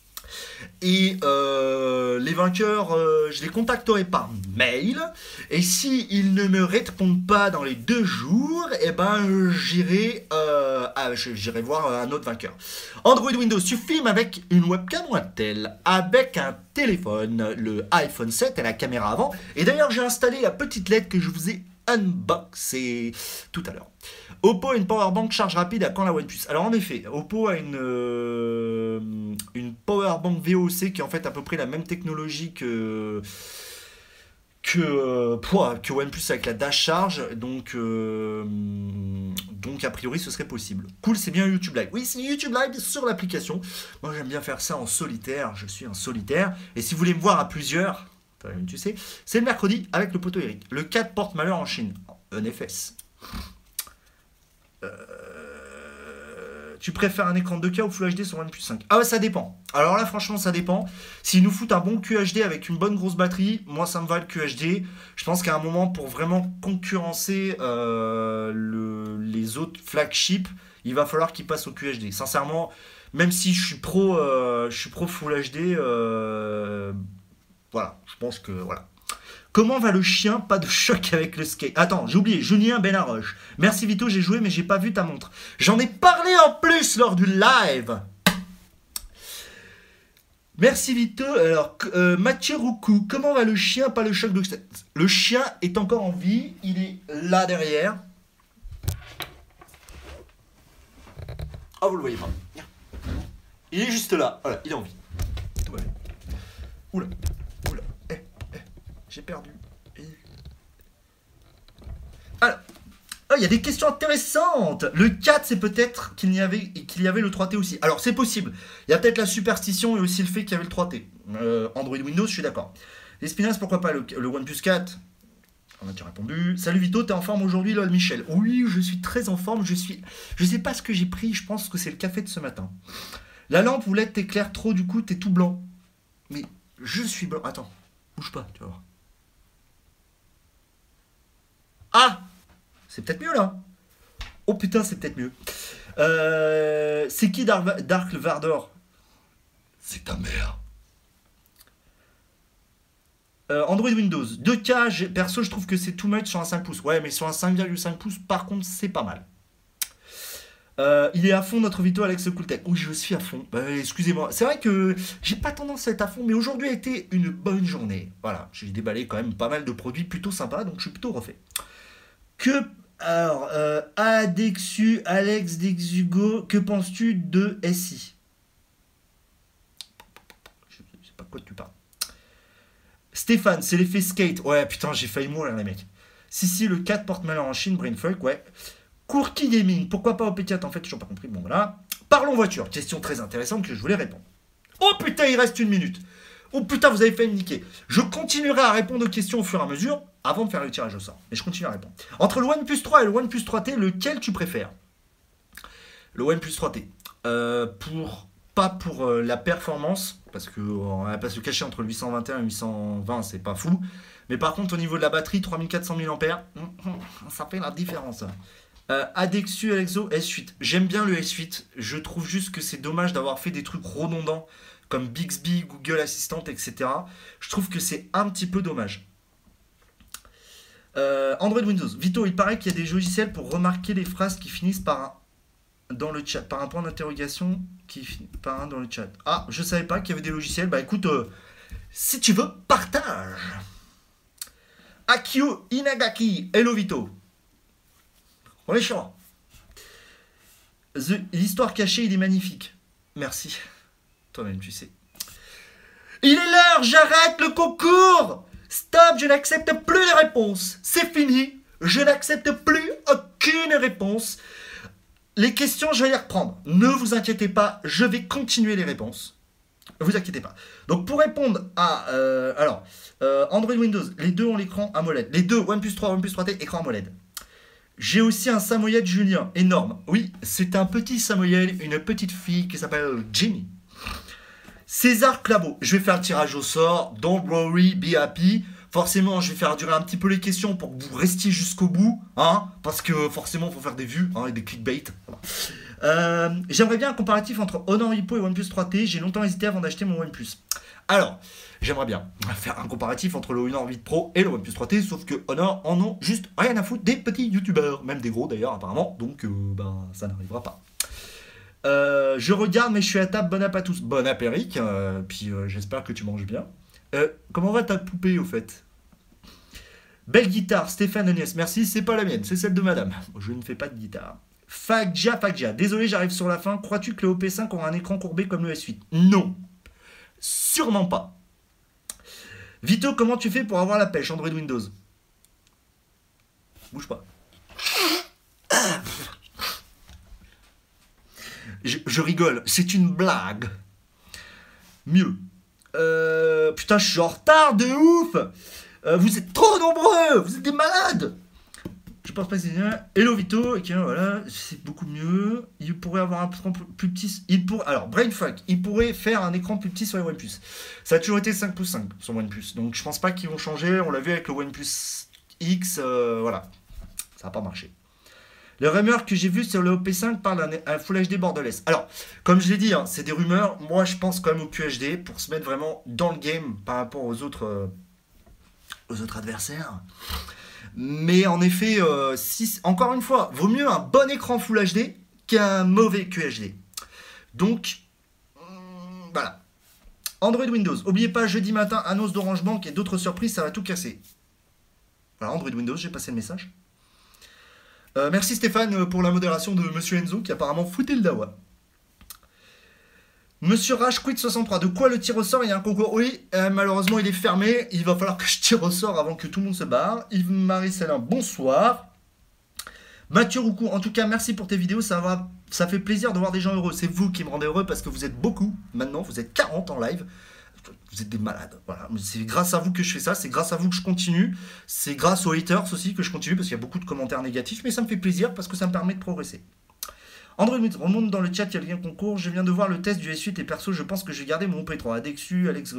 Et euh, les vainqueurs, euh, je les contacterai par mail. Et s'ils ne me répondent pas dans les deux jours, eh ben j'irai euh, j'irai voir un autre vainqueur. Android Windows, tu filmes avec une webcam ou un tel? Avec un téléphone, le iPhone sept et la caméra avant. Et d'ailleurs, j'ai installé la petite L E D que je vous ai unboxé tout à l'heure. Oppo a une powerbank charge rapide à quand la OnePlus? Alors en effet, Oppo a une, euh, une powerbank V O C qui est en fait à peu près la même technologie que, que, euh, que OnePlus avec la dash charge. Donc, euh, donc a priori ce serait possible. Cool, c'est bien YouTube Live. Oui, c'est YouTube Live sur l'application. Moi j'aime bien faire ça en solitaire, je suis un solitaire. Et si vous voulez me voir à plusieurs, tu sais, c'est le mercredi avec le poteau Eric. Le quatre porte malheur en Chine. N F S. Euh, tu préfères un écran deux K ou Full H D sur OnePlus cinq? Ah ouais, ça dépend. Alors là, franchement, ça dépend. S'ils nous foutent un bon Q H D avec une bonne grosse batterie, moi, ça me va le Q H D. Je pense qu'à un moment, pour vraiment concurrencer euh, le, les autres flagships, il va falloir qu'ils passent au Q H D. Sincèrement, même si je suis pro, euh, je suis pro Full H D, euh, voilà, je pense que voilà. Comment va le chien? Pas de choc avec le skate. Attends, j'ai oublié, Julien Benaroche. Merci Vito, j'ai joué mais j'ai pas vu ta montre. J'en ai parlé en plus lors du live. Merci Vito. Alors, euh, Mathieu Roucou, comment va le chien? Pas le choc de skate. Le chien est encore en vie, il est là derrière. Ah, vous le voyez pas. Il est juste là, voilà, il est en vie. Tout va bien. Oula. J'ai perdu. Alors, oh, il y a des questions intéressantes. Le quatre, c'est peut-être qu'il y avait, qu'il y avait le trois T aussi. Alors, c'est possible. Il y a peut-être la superstition et aussi le fait qu'il y avait le trois T. Euh, Android Windows, je suis d'accord. Les Spinas, pourquoi pas le, le OnePlus quatre? On a déjà répondu. Salut Vito, t'es en forme aujourd'hui, lol Michel? Oui, je suis très en forme. Je suis. Je sais pas ce que j'ai pris. Je pense que c'est le café de ce matin. La lampe, vous l'êtes, t'éclaire trop, du coup, t'es tout blanc. Mais je suis blanc. Attends, bouge pas, tu vas voir. Ah, c'est peut-être mieux là. Oh putain, c'est peut-être mieux. Euh, c'est qui Dark, Dark Vardor? C'est ta mère. Euh, Android Windows. deux K, perso, je trouve que c'est too much sur un cinq pouces. Ouais, mais sur un cinq virgule cinq pouces, par contre, c'est pas mal. Euh, il est à fond notre Vito Alex Cooltech. Oui, je suis à fond. Bah, excusez-moi. C'est vrai que j'ai pas tendance à être à fond, mais aujourd'hui a été une bonne journée. Voilà, j'ai déballé quand même pas mal de produits plutôt sympas, donc je suis plutôt refait. Que alors euh, Adexu, Alex Dexugo, que penses-tu de S I? Je sais pas de quoi tu parles. Stéphane, c'est l'effet skate. Ouais, putain, j'ai failli mourir, les mecs. Si, si, le quatre porte malheur en Chine, Brainfuck, ouais. Courky Gaming, pourquoi pas au P quatre? En fait, je n'ai pas compris. Bon, voilà. Parlons voiture. Question très intéressante que je voulais répondre. Oh putain, il reste une minute. Oh putain, vous avez fait me niquer. Je continuerai à répondre aux questions au fur et à mesure avant de faire le tirage au sort. Mais je continue à répondre. Entre le OnePlus trois et le OnePlus trois T, lequel tu préfères? Le OnePlus trois T. Euh, pour, pas pour euh, la performance, parce qu'on va pas se cacher entre le huit cent vingt et un et huit cent vingt, c'est pas fou. Mais par contre, au niveau de la batterie, trois mille quatre cents milliampères, ça fait la différence. Euh, Adexu, Alexo, S huit. J'aime bien le S huit. Je trouve juste que c'est dommage d'avoir fait des trucs redondants comme Bixby, Google Assistant, et cetera. Je trouve que c'est un petit peu dommage. Euh, Android Windows. Vito, il paraît qu'il y a des logiciels pour remarquer les phrases qui finissent par un, dans le chat, par un point d'interrogation qui finit par un dans le chat. Ah, je savais pas qu'il y avait des logiciels. Bah écoute, euh, si tu veux, partage. Akio Inagaki. Hello Vito. On est chaud. L'histoire cachée, il est magnifique. Merci. Toi-même, tu sais. Il est l'heure, j'arrête le concours. Stop, je n'accepte plus les réponses. C'est fini. Je n'accepte plus aucune réponse. Les questions, je vais les reprendre. Ne vous inquiétez pas, je vais continuer les réponses. Ne vous inquiétez pas. Donc, pour répondre à... Euh, alors, euh, Android Windows, les deux ont l'écran AMOLED. Les deux, OnePlus trois, OnePlus trois T, écran AMOLED. J'ai aussi un Samoyed Julien, énorme. Oui, c'est un petit Samoyed, une petite fille qui s'appelle Jimmy. César Claveau, je vais faire le tirage au sort. Don't worry, be happy. Forcément, je vais faire durer un petit peu les questions pour que vous restiez jusqu'au bout. Hein, parce que forcément, il faut faire des vues hein, et des clickbait. Voilà. Euh, J'aimerais bien un comparatif entre Honor huit Pro et OnePlus trois T. J'ai longtemps hésité avant d'acheter mon OnePlus. Alors, j'aimerais bien faire un comparatif entre le Honor huit Pro et le OnePlus trois T. Sauf que Honor en ont juste rien à foutre des petits youtubeurs. Même des gros d'ailleurs, apparemment. Donc, euh, ben, ça n'arrivera pas. Euh, je regarde, mais je suis à table. Bon app à tous. Bon app, Eric. Euh, puis euh, j'espère que tu manges bien. Euh, comment va ta poupée au fait? Belle guitare, Stéphane Agnès. Merci, c'est pas la mienne, c'est celle de madame. Je ne fais pas de guitare. Fagja, Fagja. Désolé, j'arrive sur la fin. Crois-tu que le O P cinq aura un écran courbé comme le S huit? Non. Sûrement pas. Vito, comment tu fais pour avoir la pêche Android Windows? Bouge pas. Je, je rigole, c'est une blague. Mieux. Euh, putain, je suis en retard de ouf. Euh, vous êtes trop nombreux, vous êtes des malades. Je pense pas que c'est bien. Hello Vito, ok, voilà, c'est beaucoup mieux. Il pourrait avoir un écran plus petit. Il pour... Alors, Brainfuck, il pourrait faire un écran plus petit sur les OnePlus. Ça a toujours été cinq plus cinq sur OnePlus. Donc, je pense pas qu'ils vont changer. On l'a vu avec le OnePlus X. Euh, voilà. Ça n'a pas marché. Les rumeurs que j'ai vues sur le O P cinq parlent d'un Full H D borderless. Alors, comme je l'ai dit, hein, c'est des rumeurs. Moi, je pense quand même au Q H D pour se mettre vraiment dans le game par rapport aux autres, euh, aux autres adversaires. Mais en effet, euh, si, encore une fois, vaut mieux un bon écran Full H D qu'un mauvais Q H D. Donc, hum, voilà. Android Windows. N'oubliez pas, jeudi matin, annonce d'Orange Bank et d'autres surprises, ça va tout casser. Voilà, Android Windows, j'ai passé le message. Euh, merci Stéphane pour la modération de Monsieur Enzo qui apparemment foutait le dawa. Monsieur Rashquid soixante-trois, de quoi le tir au sort? Il y a un concours? Oui, euh, malheureusement il est fermé. Il va falloir que je tire au sort avant que tout le monde se barre. Yves-Marie Célin, bonsoir. Mathieu Roucou, en tout cas merci pour tes vidéos. Ça, va, ça fait plaisir de voir des gens heureux. C'est vous qui me rendez heureux parce que vous êtes beaucoup. Maintenant vous êtes quarante en live. Vous êtes des malades, voilà. C'est grâce à vous que je fais ça, c'est grâce à vous que je continue, c'est grâce aux haters aussi que je continue parce qu'il y a beaucoup de commentaires négatifs, mais ça me fait plaisir parce que ça me permet de progresser. Android remonte dans le chat, il y a le lien concours, je viens de voir le test du S huit et perso je pense que je vais garder mon O P trois, Adexu, Alex...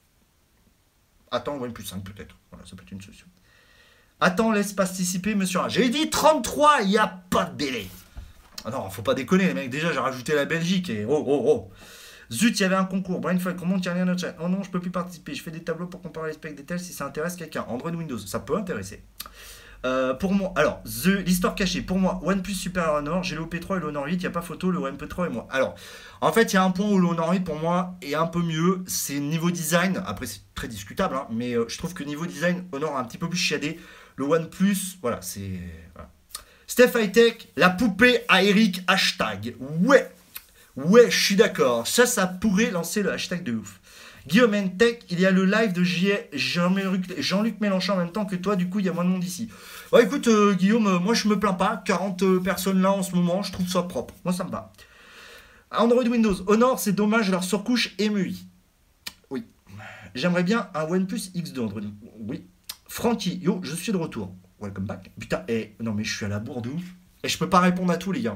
Attends, OnePlus cinq peut-être, voilà, ça peut être une solution. Attends, laisse participer monsieur A. J'ai dit trente-trois, il n'y a pas de délai. Ah non, faut pas déconner les mecs, déjà j'ai rajouté la Belgique et oh oh oh. Zut, il y avait un concours. Brainfuck, comment tu rien dans le chat? Oh non, je peux plus participer. Je fais des tableaux pour comparer les specs des tels si ça intéresse quelqu'un. Android Windows, ça peut intéresser. Euh, pour moi, alors, l'histoire cachée. Pour moi, OnePlus supérieur à Honor. J'ai le O P trois et le Honor huit. Il n'y a pas photo, le O M P trois et moi. Alors, en fait, il y a un point où le Honor huit pour moi est un peu mieux. C'est niveau design. Après, c'est très discutable, hein, mais euh, je trouve que niveau design, Honor a un petit peu plus chiadé. Le OnePlus, voilà, c'est. Voilà. Steph Hightech, la poupée à Eric, hashtag. Ouais! Ouais, je suis d'accord. Ça, ça pourrait lancer le hashtag de ouf. Guillaume Tech, il y a le live de Jean-Luc Mélenchon en même temps que toi. Du coup, il y a moins de monde ici. Ouais, écoute, euh, Guillaume, euh, moi, je me plains pas. quarante euh, personnes là en ce moment, je trouve ça propre. Moi, ça me va. Android Windows. Honor, c'est dommage, leur surcouche M U I. Oui. J'aimerais bien un OnePlus X deux Android. Oui. Francky, yo, je suis de retour. Welcome back. Putain, eh, non, mais je suis à la bourre de ouf. Et je peux pas répondre à tous, les gars.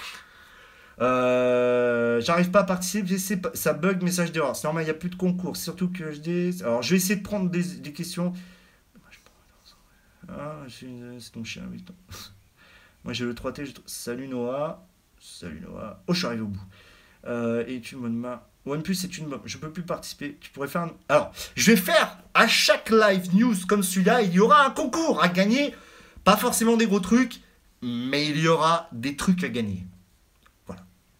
Euh, j'arrive pas à participer, ça bug, message d'erreur. C'est normal, il n'y a plus de concours. Surtout que je dis. Alors, je vais essayer de prendre des, des questions. Ah, c'est ton chien, Victor. Moi j'ai le trois T. Je... Salut Noah. Salut Noah. Oh, je suis arrivé au bout. Euh, et tu me demandes. OnePlus c'est une. Je peux plus participer. Tu pourrais faire un. Alors, je vais faire à chaque live news comme celui-là, il y aura un concours à gagner. Pas forcément des gros trucs, mais il y aura des trucs à gagner. Voilà.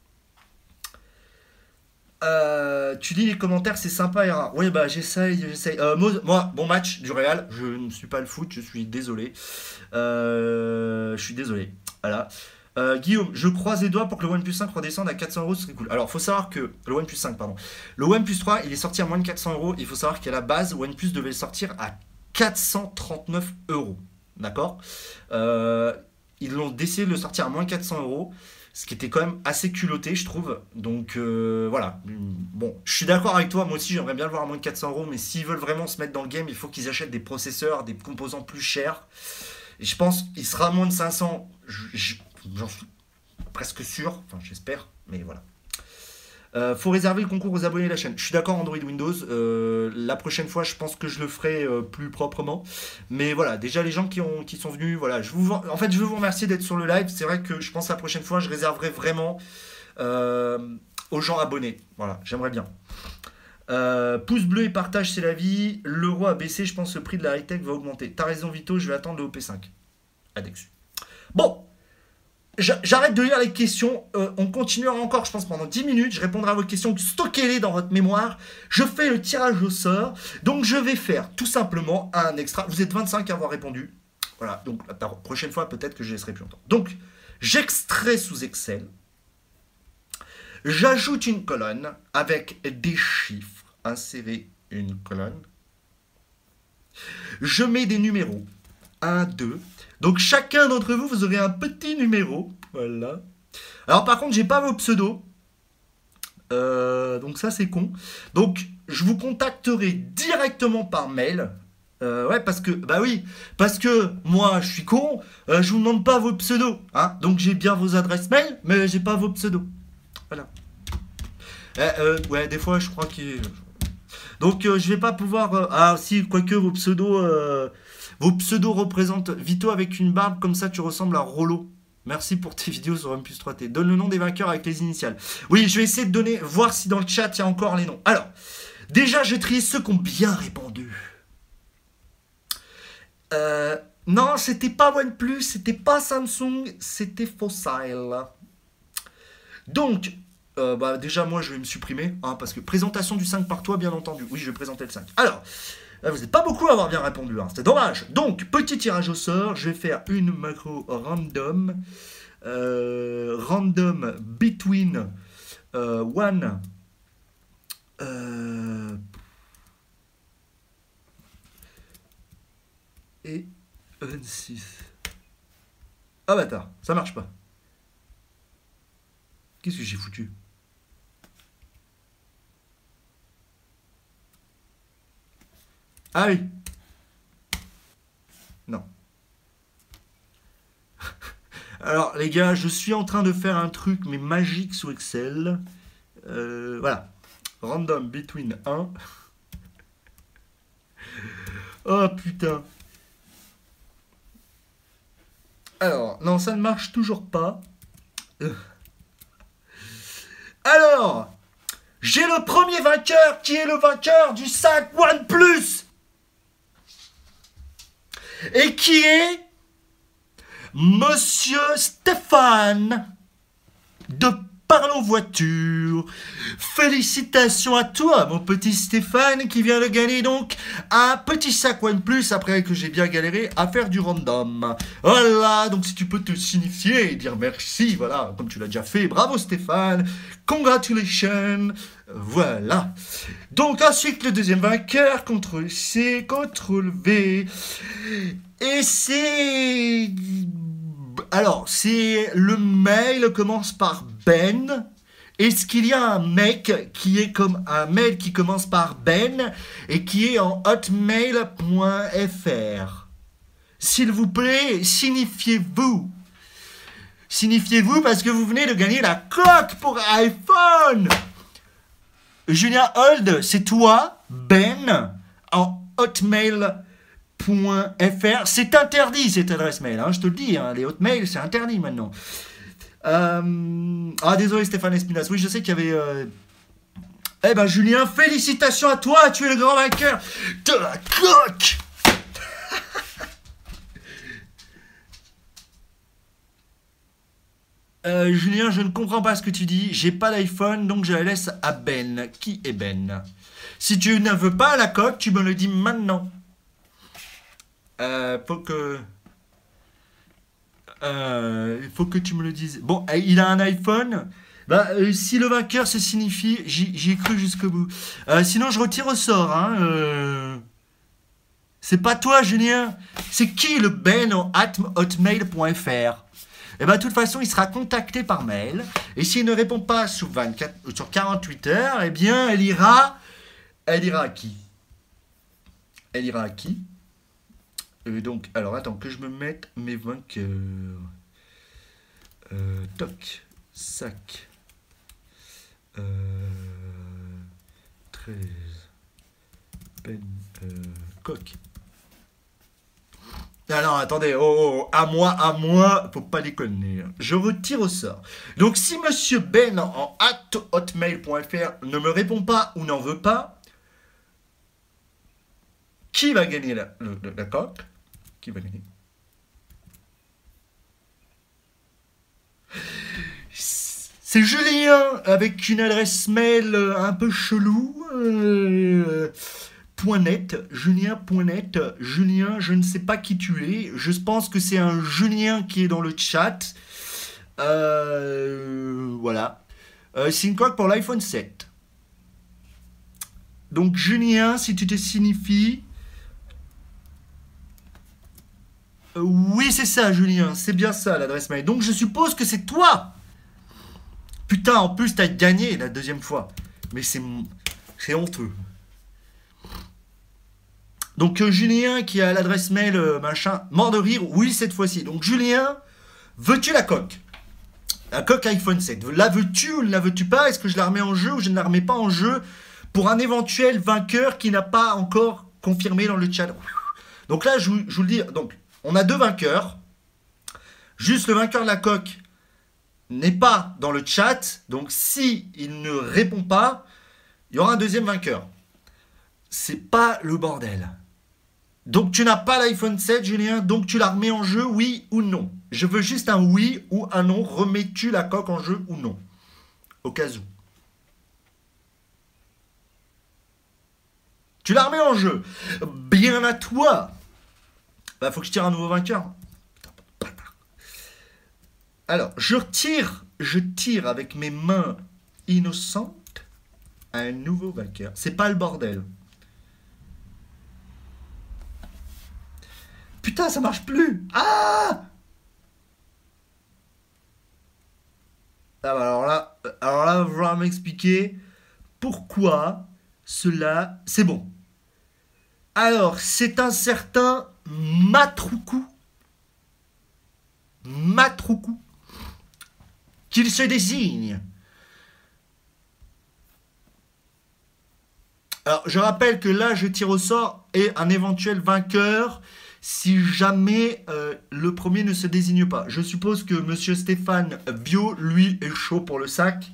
Euh, tu lis les commentaires, c'est sympa, Era. Oui, bah j'essaye, j'essaye. Euh, moi, bon match du Real. Je ne suis pas le foot, je suis désolé. Euh, je suis désolé. Voilà. Euh, Guillaume, je croise les doigts pour que le OnePlus cinq redescende à quatre cents euros, ce serait cool. Alors, il faut savoir que le OnePlus cinq, pardon, le OnePlus trois, il est sorti à moins de quatre cents euros. Il faut savoir qu'à la base, OnePlus devait sortir à quatre cent trente-neuf euros. D'accord. euh, Ils ont décidé de le sortir à moins de quatre cents euros, ce qui était quand même assez culotté, je trouve. Donc euh, voilà. Bon, je suis d'accord avec toi. Moi aussi, j'aimerais bien le voir à moins de quatre cents euros. Mais s'ils veulent vraiment se mettre dans le game, il faut qu'ils achètent des processeurs, des composants plus chers. Et je pense qu'il sera à moins de cinq cents. J'en suis presque sûr. Enfin, j'espère. Mais voilà. Euh, faut réserver le concours aux abonnés de la chaîne. Je suis d'accord, Android Windows. Euh, la prochaine fois, je pense que je le ferai euh, plus proprement. Mais voilà, déjà les gens qui, ont, qui sont venus, voilà. Je vous, en fait, je veux vous remercier d'être sur le live. C'est vrai que je pense que la prochaine fois, je réserverai vraiment euh, aux gens abonnés. Voilà, j'aimerais bien. Euh, pouce bleu et partage, c'est la vie. L'euro a baissé, je pense que le prix de la high-tech va augmenter. T'as raison, Vito, je vais attendre le O P cinq. Adexu. Bon. J'arrête de lire les questions, euh, on continuera encore je pense pendant dix minutes, je répondrai à vos questions, stockez-les dans votre mémoire, je fais le tirage au sort, donc je vais faire tout simplement un extra, vous êtes vingt-cinq à avoir répondu, voilà, donc la prochaine fois peut-être que je laisserai plus longtemps. Donc j'extrais sous Excel, j'ajoute une colonne avec des chiffres, insérer une colonne, je mets des numéros, un, deux. Donc chacun d'entre vous, vous aurez un petit numéro. Voilà. Alors par contre, j'ai pas vos pseudos. Euh, donc ça, c'est con. Donc je vous contacterai directement par mail. Euh, ouais, parce que, bah oui, parce que moi, je suis con. Euh, je vous demande pas vos pseudos. Hein, donc j'ai bien vos adresses mail, mais j'ai pas vos pseudos. Voilà. Euh, euh, ouais, des fois, je crois que... Donc euh, je vais pas pouvoir... Euh... Ah si, quoique vos pseudos... Euh... Vos pseudos représentent Vito avec une barbe, comme ça tu ressembles à Rollo. Merci pour tes vidéos sur OnePlus trois T. Donne le nom des vainqueurs avec les initiales. Oui, je vais essayer de donner, voir si dans le chat il y a encore les noms. Alors, déjà j'ai trié ceux qui ont bien répondu. Euh, non, c'était pas OnePlus, c'était pas Samsung, c'était Fossil. Donc, euh, bah déjà moi je vais me supprimer, hein, parce que présentation du cinq par toi bien entendu. Oui, je vais présenter le cinq. Alors... Vous n'êtes pas beaucoup à avoir bien répondu, hein. C'était dommage. Donc, petit tirage au sort, je vais faire une macro random. Euh, random between euh, one euh, et vingt-six. Ah bâtard, ça marche pas. Qu'est-ce que j'ai foutu ? Ah oui. Non. Alors les gars, je suis en train de faire un truc mais magique sous Excel. Euh, voilà. Random between un. Oh putain. Alors, non, ça ne marche toujours pas. Alors, j'ai le premier vainqueur qui est le vainqueur du cinq OnePlus. Et qui est Monsieur Stéphane de Parlons Voiture. Félicitations à toi, mon petit Stéphane, qui vient de gagner donc un petit sac OnePlus après que j'ai bien galéré à faire du random. Voilà, donc si tu peux te signifier et dire merci, voilà, comme tu l'as déjà fait. Bravo Stéphane, congratulations. Voilà. Donc ensuite le deuxième vainqueur, contrôle C, contrôle V. Et c'est... Alors, c'est... Le mail commence par Ben. Est-ce qu'il y a un mec qui est comme un mail qui commence par Ben et qui est en hotmail point f r? S'il vous plaît, signifiez-vous. Signifiez-vous parce que vous venez de gagner la coque pour iPhone. Julien Hold, c'est toi, Ben, en hotmail point f r. C'est interdit cette adresse mail, hein, je te le dis, hein, les hotmails c'est interdit maintenant. Euh... Ah désolé Stéphane Espinas, oui je sais qu'il y avait... Euh... Eh ben Julien, félicitations à toi, tu es le grand vainqueur de la coque. euh, Julien, je ne comprends pas ce que tu dis, j'ai pas d'iPhone donc je la laisse à Ben. Qui est Ben? Si tu ne veux pas la coque, tu me le dis maintenant. Euh, faut que... Euh, il faut que tu me le dises. Bon, il a un iPhone. Bah, euh, si le vainqueur se signifie, j'y ai cru jusqu'au bout. Euh, sinon, je retire au sort. Hein, euh... C'est pas toi, Julien. C'est qui le Ben en hotmail point f r? Eh ben, de toute façon, il sera contacté par mail. Et s'il ne répond pas sous, vingt-quatre, sur quarante-huit heures, eh bien, elle ira... Elle ira à qui? Elle ira à qui? Euh, donc, alors, attends, que je me mette mes vainqueurs. Euh, toc, sac. Euh, treize. Ben, euh, coq. Ah non, attendez, oh, oh, à moi, à moi, faut pas déconner. Je retire au sort. Donc, si Monsieur Ben en hotmail point f r ne me répond pas ou n'en veut pas, qui va gagner la, la, la coque? Qui va gagner? C'est Julien avec une adresse mail un peu chelou. Euh, .net, julien.net. Julien, je ne sais pas qui tu es. Je pense que c'est un Julien qui est dans le chat. Euh, voilà. Euh, c'est une coque pour l'iPhone sept. Donc Julien, si tu te signifies... Euh, oui, c'est ça, Julien. C'est bien ça, l'adresse mail. Donc, je suppose que c'est toi. Putain, en plus, t'as gagné la deuxième fois. Mais c'est c'est honteux. Donc, euh, Julien qui a l'adresse mail, euh, machin, mort de rire. Oui, cette fois-ci. Donc, Julien, veux-tu la coque? La coque iPhone sept. La veux-tu ou ne la veux-tu pas? Est-ce que je la remets en jeu ou je ne la remets pas en jeu pour un éventuel vainqueur qui n'a pas encore confirmé dans le chat? Donc là, je vous, je vous le dis... Donc, on a deux vainqueurs. Juste le vainqueur de la coque n'est pas dans le chat. Donc si il ne répond pas, il y aura un deuxième vainqueur. C'est pas le bordel. Donc tu n'as pas l'iPhone sept, Julien. Donc tu la remets en jeu, oui ou non? Je veux juste un oui ou un non. Remets-tu la coque en jeu ou non? Au cas où. Tu la remets en jeu. Bien à toi. Bah, faut que je tire un nouveau vainqueur. Alors, je tire, je tire avec mes mains innocentes un nouveau vainqueur. C'est pas le bordel. Putain, ça marche plus. Ah! Ah bah alors là, alors là, il va falloir m'expliquer pourquoi cela... C'est bon. Alors, c'est un certain Matroukou. Matroukou. Qu'il se désigne. Alors, je rappelle que là, je tire au sort et un éventuel vainqueur si jamais euh, le premier ne se désigne pas. Je suppose que Monsieur Stéphane Bio, lui, est chaud pour le sac.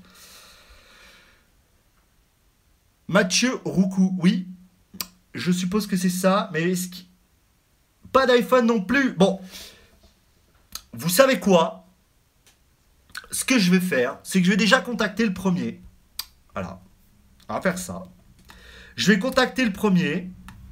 Mathieu Roukou, oui. Je suppose que c'est ça, mais est-ce qu'il... Pas d'iPhone non plus. Bon, vous savez quoi? Ce que je vais faire, c'est que je vais déjà contacter le premier. Voilà, on va faire ça. Je vais contacter le premier.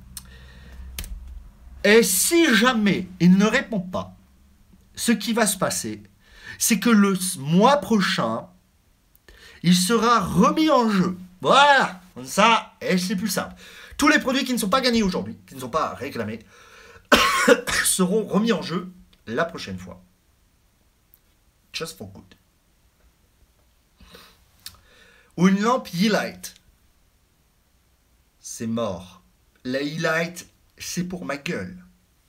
Et si jamais il ne répond pas, ce qui va se passer, c'est que le mois prochain, il sera remis en jeu. Voilà, comme ça, et c'est plus simple. Tous les produits qui ne sont pas gagnés aujourd'hui, qui ne sont pas réclamés, seront remis en jeu la prochaine fois. Just for good. Ou une lampe Yeelight. C'est mort. La Yeelight, c'est pour ma gueule.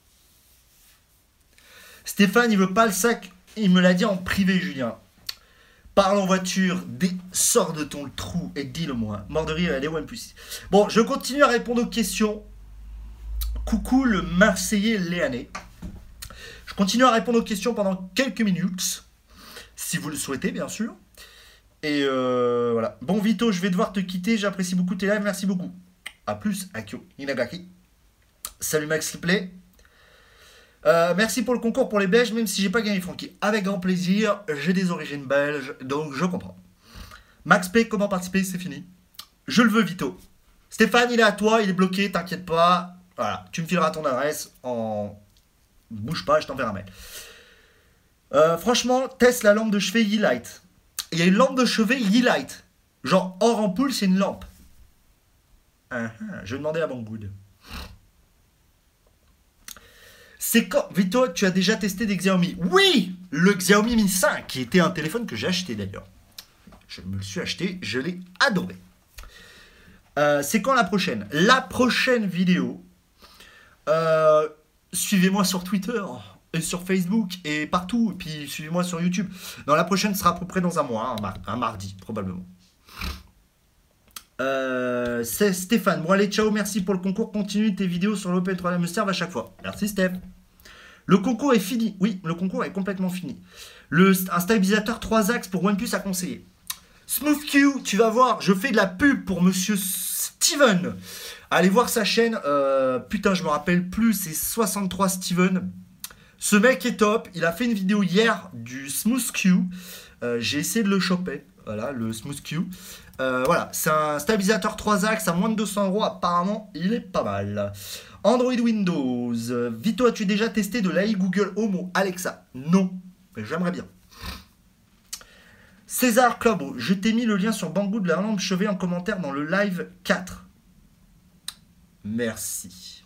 Stéphane, il veut pas le sac. Il me l'a dit en privé, Julien. Parle en voiture, dé... sors de ton trou et dis-le-moi. Mort de rire, elle est OnePlus. Bon, je continue à répondre aux questions. Coucou le Marseillais Léané. Je continue à répondre aux questions pendant quelques minutes, si vous le souhaitez, bien sûr. Et euh, voilà. Bon, Vito, je vais devoir te quitter. J'apprécie beaucoup tes lives. Merci beaucoup. A plus, Akio Inagaki. Salut Max Play. Euh, merci pour le concours pour les Belges, même si j'ai pas gagné Francky. Avec grand plaisir. J'ai des origines belges, donc je comprends. Max P, comment participer? C'est fini. Je le veux, Vito. Stéphane, il est à toi. Il est bloqué. T'inquiète pas. Voilà. Tu me fileras ton adresse en. Bouge pas, je t'enverrai un mail. Euh, franchement, teste la lampe de chevet Yeelight. Il y a une lampe de chevet Yeelight. Genre hors ampoule, c'est une lampe. Uh-huh, je vais demander à Banggood. C'est quand, Vito, tu as déjà testé des Xiaomi? Oui, le Xiaomi Mi cinq, qui était un téléphone que j'ai acheté d'ailleurs. Je me le suis acheté, je l'ai adoré. Euh, c'est quand la prochaine? La prochaine vidéo. Euh, suivez-moi sur Twitter et sur Facebook et partout. Et puis suivez-moi sur YouTube. Non, la prochaine sera à peu près dans un mois, un, mar- un mardi probablement. Euh, c'est Stéphane. Bon allez, ciao, merci pour le concours. Continue tes vidéos sur l'Open trois me servent à chaque fois. Merci Steph. Le concours est fini. Oui, le concours est complètement fini. Le, un stabilisateur trois axes pour OnePlus à conseiller. SmoothQ, tu vas voir, je fais de la pub pour monsieur Steven. Allez voir sa chaîne. Euh, putain, je me rappelle plus, c'est soixante-trois Steven. Ce mec est top. Il a fait une vidéo hier du SmoothQ. Euh, J'ai essayé de le choper. Voilà, le SmoothQ. Euh, voilà, c'est un stabilisateur trois axes à moins de deux cents euros. Apparemment, il est pas mal. Android Windows. Vito, as-tu déjà testé de l'A I Google Home ou Alexa? Non, mais j'aimerais bien. César Club, je t'ai mis le lien sur Banggood de la lampe chevet en commentaire dans le live quatre. Merci.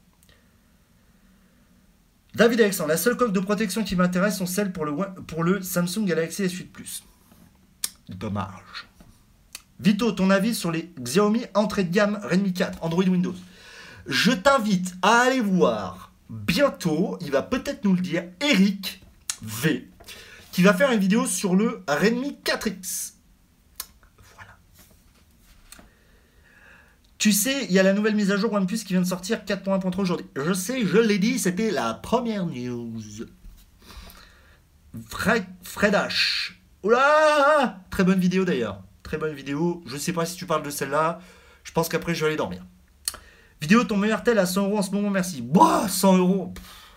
David Alexandre, la seule coque de protection qui m'intéresse sont celles pour le, pour le Samsung Galaxy S huit Plus. Dommage. Vito, ton avis sur les Xiaomi entrée de gamme Redmi quatre, Android Windows? Je t'invite à aller voir bientôt, il va peut-être nous le dire, Eric V, qui va faire une vidéo sur le Redmi quatre X. Voilà. Tu sais, il y a la nouvelle mise à jour OnePlus qui vient de sortir quatre point un point trois aujourd'hui. Je sais, je l'ai dit, c'était la première news. Fred, Fred H. Oula, très bonne vidéo d'ailleurs. Très bonne vidéo. Je sais pas si tu parles de celle-là. Je pense qu'après, je vais aller dormir. Vidéo, ton meilleur tel à cent euros en ce moment, merci. Boah, cent euros.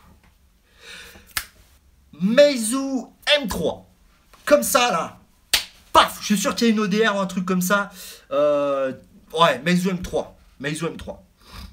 Meizu M trois. Comme ça, là. Paf, je suis sûr qu'il y a une O D R ou un truc comme ça. Euh, ouais, Meizu M trois. Meizu M trois.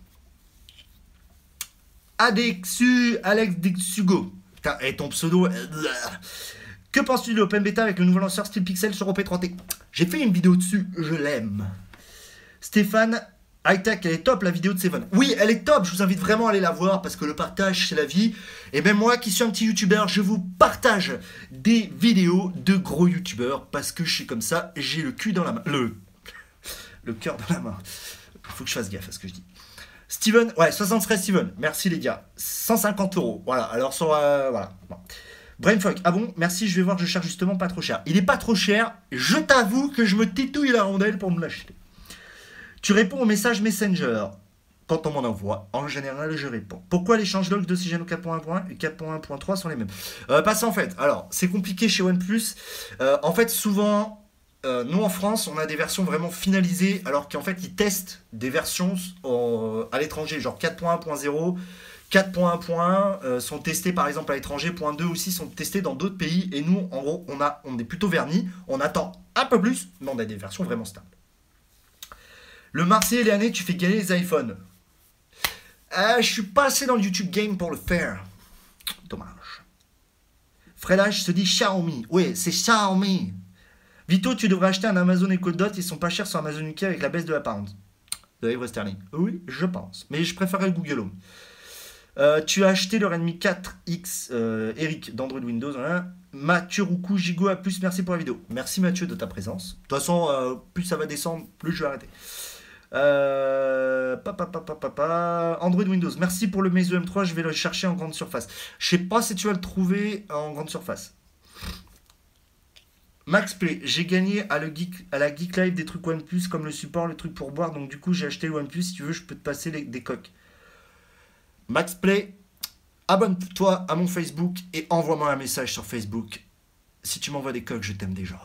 Adexu, Alex Dexugo. Putain, et ton pseudo. Que penses-tu de l'Open Beta avec le nouveau lanceur Style Pixel sur O P trois T? J'ai fait une vidéo dessus, je l'aime. Stéphane, high-tech, elle est top la vidéo de Seven. Oui, elle est top, je vous invite vraiment à aller la voir parce que le partage, c'est la vie. Et même moi qui suis un petit youtubeur, je vous partage des vidéos de gros youtubeurs parce que je suis comme ça, j'ai le cul dans la main. Le, le cœur dans la main. Il faut que je fasse gaffe à ce que je dis. Steven, ouais, soixante-treize Steven, merci les gars. cent cinquante euros, voilà, alors sur... Euh, voilà, bon. Brainfuck, ah bon, merci, je vais voir, je cherche justement pas trop cher. Il est pas trop cher, je t'avoue que je me titouille la rondelle pour me l'acheter. Tu réponds au message Messenger quand on m'en envoie. En général, je réponds. Pourquoi les changelogs d'Oxygène quatre point un point un et quatre point un point trois sont les mêmes? euh, Pas ça en fait. Alors, c'est compliqué chez OnePlus. Euh, en fait, souvent, euh, nous en France, on a des versions vraiment finalisées, alors qu'en fait, ils testent des versions euh, à l'étranger, genre quatre point un point zéro. quatre point un point un euh, sont testés par exemple à l'étranger, point deux aussi sont testés dans d'autres pays, et nous en gros on, a, on est plutôt vernis, on attend un peu plus, mais on a des versions vraiment stables. Le Marseillais Léané, tu fais gagner les iPhones. Euh, je suis pas assez dans le YouTube game pour le faire. Dommage. Fred H se dit Xiaomi. Oui, c'est Xiaomi. Vito, tu devrais acheter un Amazon Echo Dot, ils sont pas chers sur Amazon U K avec la baisse de la pound. De livre sterling. Oui, je pense. Mais je préférerais le Google Home. Euh, tu as acheté le Redmi quatre X, euh, Eric, d'Android Windows. Hein. Mathieu Roucou, Gigo à plus, merci pour la vidéo. Merci Mathieu de ta présence. De toute façon, euh, plus ça va descendre, plus je vais arrêter. Euh, pa, pa, pa, pa, pa, pa. Android Windows, merci pour le Meizu M trois, je vais le chercher en grande surface. Je sais pas si tu vas le trouver en grande surface. Max Play, j'ai gagné à, le Geek, à la Geek Live des trucs OnePlus comme le support, le truc pour boire, donc du coup j'ai acheté le OnePlus, si tu veux je peux te passer les, des coques. Max Play, abonne-toi à mon Facebook et envoie-moi un message sur Facebook. Si tu m'envoies des coques, je t'aime déjà.